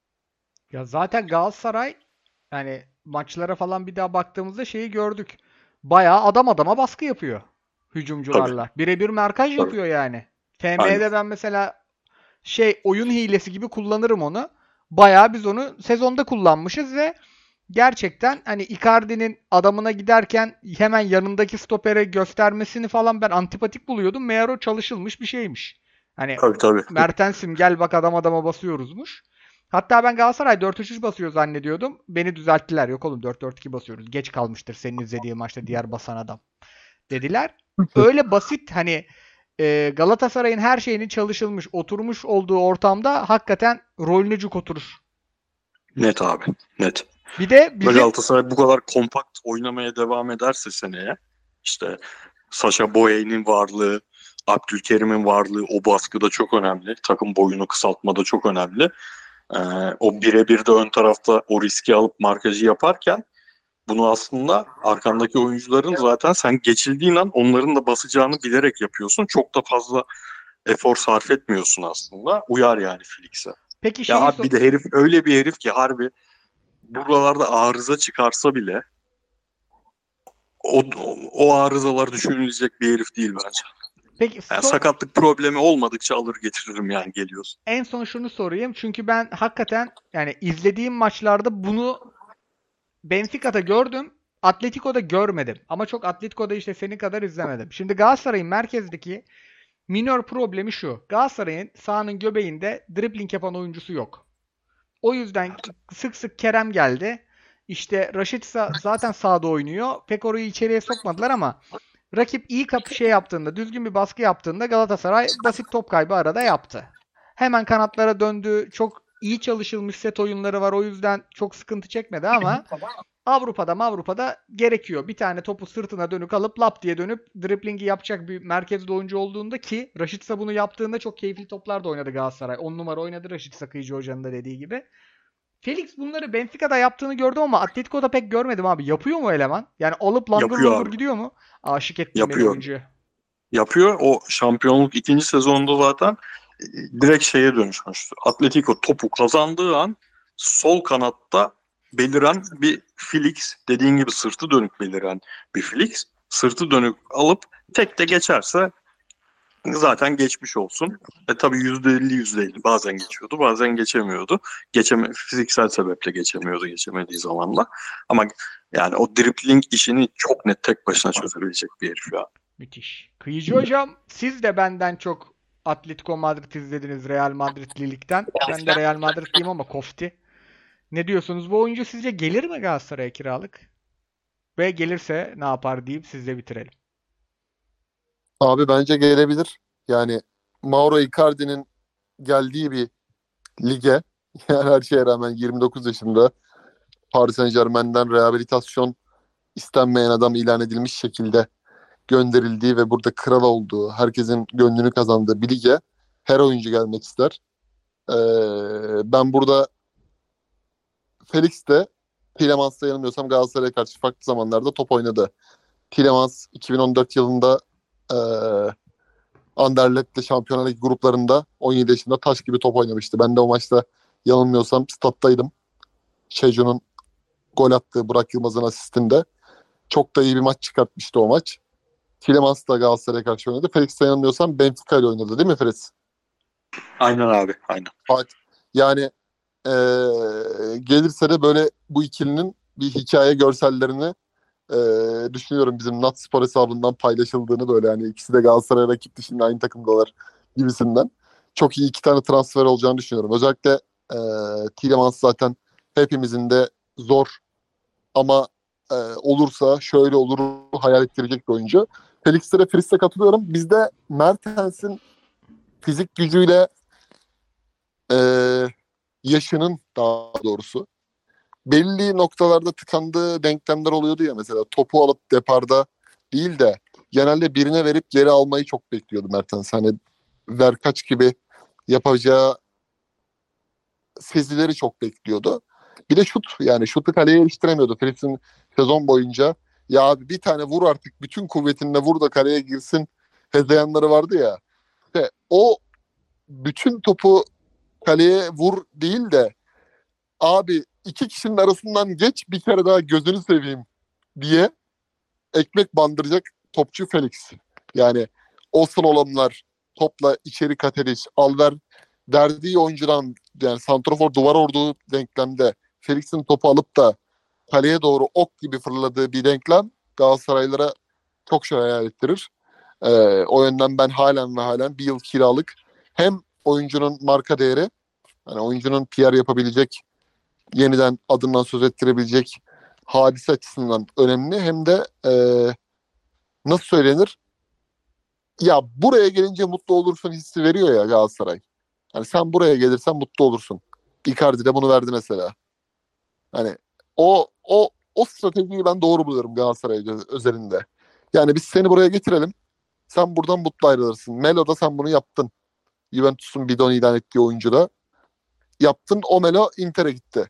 Ya zaten Galatasaray yani maçlara falan bir daha baktığımızda şeyi gördük. Bayağı adam adama baskı yapıyor Tabii. hücumcularla. Birebir markaj Tabii. yapıyor yani. Aynen. FM'de ben mesela oyun hilesi gibi kullanırım onu. Bayağı biz onu sezonda kullanmışız ve gerçekten hani Icardi'nin adamına giderken hemen yanındaki stopere göstermesini falan ben antipatik buluyordum. Meğer o çalışılmış bir şeymiş. Hani Tabii. Mertens'im gel bak adam adama basıyoruzmuş. Hatta ben Galatasaray 4-3-3 basıyor zannediyordum. Beni düzelttiler. Yok oğlum 4-4-2 basıyoruz. Geç kalmıştır senin izlediğin maçta diğer basan adam dediler. Öyle basit hani Galatasaray'ın her şeyinin çalışılmış, oturmuş olduğu ortamda hakikaten rolüne cuk oturur. Net abi. Net. Bir de Ve bizim Galatasaray bu kadar kompakt oynamaya devam ederse seneye işte Sacha Boey'nin varlığı, Abdülkerim'in varlığı o baskıda çok önemli. Takım boyunu kısaltmada çok önemli. Ee, O birebir de ön tarafta o riski alıp markajı yaparken bunu aslında arkandaki oyuncuların zaten sen geçildiğin an onların da basacağını bilerek yapıyorsun. Çok da fazla efor sarf etmiyorsun aslında. Uyar yani Felix'e. peki Ya abi bir de herif öyle bir herif ki harbi buralarda arıza çıkarsa bile o arızalar düşünülecek bir herif değil bence. peki Yani sakatlık problemi olmadıkça alır getiririm yani geliyorsun. en son şunu sorayım. Çünkü ben hakikaten yani izlediğim maçlarda bunu Benfica'da gördüm. Atletico'da görmedim. Ama çok Atletico'da işte senin kadar izlemedim. Şimdi Galatasaray'ın merkezdeki minor problemi şu. Galatasaray'ın sahanın göbeğinde dribbling yapan oyuncusu yok. O yüzden sık sık Kerem geldi. İşte Rashica zaten sahada oynuyor. Pek orayı içeriye sokmadılar ama rakip iyi şey yaptığında, düzgün bir baskı yaptığında Galatasaray basit top kaybı arada yaptı. Hemen kanatlara döndü. Çok iyi çalışılmış set oyunları var. O yüzden çok sıkıntı çekmedi ama Avrupa'da gerekiyor. Bir tane topu sırtına dönük alıp lap diye dönüp driblingi yapacak bir merkezde oyuncu olduğunda, ki Rashica bunu yaptığında çok keyifli toplar da oynadı Galatasaray. 10 numara oynadı Rashica, Kıyıcı Hoca'nın da dediği gibi. Felix bunları Benfica'da yaptığını gördüm ama Atletico'da pek görmedim abi. Yapıyor mu eleman? Yani alıp langur Yapıyor lungur abi. gidiyor mu? Aşık ettim beni Yapıyor. oyuncuya. Yapıyor. O şampiyonluk ikinci sezonda zaten direkt şeye dönüşmüştü. Atletico topu kazandığı an sol kanatta beliren bir Felix, dediğin gibi sırtı dönük beliren bir Felix, sırtı dönük alıp tek de geçerse zaten geçmiş olsun. Tabii %50 %50 bazen geçiyordu, bazen geçemiyordu. Fiziksel sebeple geçemiyordu, geçemediği zamanla. Ama yani o dribbling işini çok net tek başına çözebilecek bir herif ya. Müthiş. Kıyıcı hocam, siz de benden çok Atletico Madrid izlediniz Real Madridlilikten. Ben de Real Madridliyim ama kofti. Ne diyorsunuz? Bu oyuncu sizce gelir mi Galatasaray'a kiralık? Ve gelirse ne yapar deyip sizle bitirelim. Abi bence gelebilir. Yani Mauro Icardi'nin geldiği bir lige, yani her şeye rağmen 29 yaşında Paris Saint-Germain'den rehabilitasyon istenmeyen adam ilan edilmiş şekilde gönderildiği ve burada kral olduğu, herkesin gönlünü kazandığı bir lige her oyuncu gelmek ister. Ben burada Felix de Tielemans'ta yanılmıyorsam Galatasaray'a karşı farklı zamanlarda top oynadı. Tielemans 2014 yılında Anderlet'le Şampiyonlar Ligi gruplarında 17 yaşında taş gibi top oynamıştı. Ben de o maçta yanılmıyorsam stat'taydım. Şeco'nun gol attığı Burak Yılmaz'ın asistinde. Çok da iyi bir maç çıkartmıştı o maç. Tielemans da Galatasaray'a karşı oynadı. Felix de yanılmıyorsam Benfica ile oynadı değil mi Felix? Aynen abi, aynen. Yani gelirse de böyle bu ikilinin bir hikaye görsellerini düşünüyorum, bizim Natspor hesabından paylaşıldığını, böyle hani ikisi de Galatasaray rakip, şimdi aynı takımdalar gibisinden. Çok iyi iki tane transfer olacağını düşünüyorum. Özellikle Tielemans zaten hepimizin de zor ama olursa şöyle olur hayal ettirecek bir oyuncu. Felix'e de Fritz'e katılıyorum. Bizde Mertens'in fizik gücüyle yaşının daha doğrusu belli noktalarda tıkandığı denklemler oluyordu ya, mesela topu alıp deparda değil de genelde birine verip geri almayı çok bekliyordu Mertens. Hani Verkaç gibi yapacağı sezileri çok bekliyordu. Bir de şut, yani şutu kaleye eriştiremiyordu. Fritz'in sezon boyunca ya abi bir tane vur artık, bütün kuvvetinle vur da kaleye girsin hezeyanları vardı ya. İşte o bütün topu kaleye vur değil de abi iki kişinin arasından geç bir kere daha gözünü seveyim diye ekmek bandıracak topçu Felix. Yani o slalomlar, topla içeri kat ediş, alver verdiği oyuncudan, yani santrafor duvar olduğu denklemde Felix'in topu alıp da kaleye doğru ok gibi fırladığı bir denklem Galatasaraylara çok şey hayal ettirir. O yönden ben halen bir yıl kiralık, hem oyuncunun marka değeri, hani oyuncunun PR yapabilecek, yeniden adından söz ettirebilecek hadise açısından önemli, hem de nasıl söylenir? Ya buraya gelince mutlu olursun hissi veriyor ya Galatasaray. Hani sen buraya gelirsen mutlu olursun. Icardi de bunu verdi mesela. Hani o stratejiyi ben doğru buluyorum Galatasaray özelinde. Yani biz seni buraya getirelim. Sen buradan mutlu ayrılırsın. Melo'da sen bunu yaptın. Juventus'un bidon ilan ettiği oyuncuda. Yaptın, o Melo Inter'e gitti.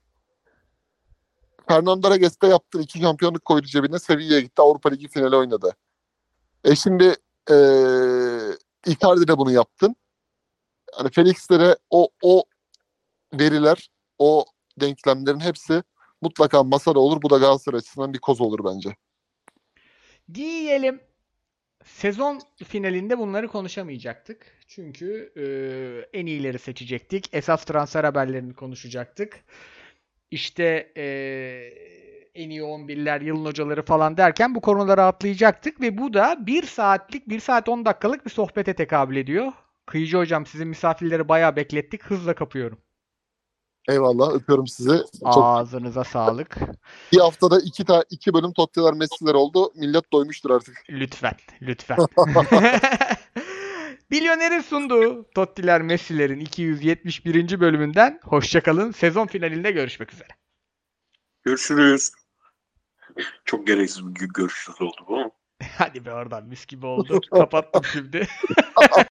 Fernando Regues'te yaptın. 2 şampiyonluk koydu cebine. Sevilla'ya gitti. Avrupa Ligi finali oynadı. Şimdi Icardi'de bunu yaptın. Hani Felix'lere o veriler, o denklemlerin hepsi mutlaka masada olur. Bu da Galatasaray açısından bir koz olur bence. Diyelim sezon finalinde bunları konuşamayacaktık. Çünkü en iyileri seçecektik. Esas transfer haberlerini konuşacaktık. İşte en iyi 11'ler, yılın hocaları falan derken bu konuları atlayacaktık ve bu da 1 saat 10 dakikalık bir sohbete tekabül ediyor. Kıyıcı hocam, sizin misafirleri bayağı beklettik. Hızla kapıyorum. Eyvallah. Öpüyorum sizi. Çok Ağzınıza sağlık. bir haftada iki bölüm Totti'ler Messi'ler oldu. Millet doymuştur artık. Lütfen, lütfen. Milyoner'in sunduğu Tottiler Messi'lerin 271. bölümünden hoşçakalın. Sezon finalinde görüşmek üzere. Görüşürüz. Çok gereksiz bir görüşürüz oldu bu ama. Hadi be oradan mis gibi oldu. Kapattım şimdi.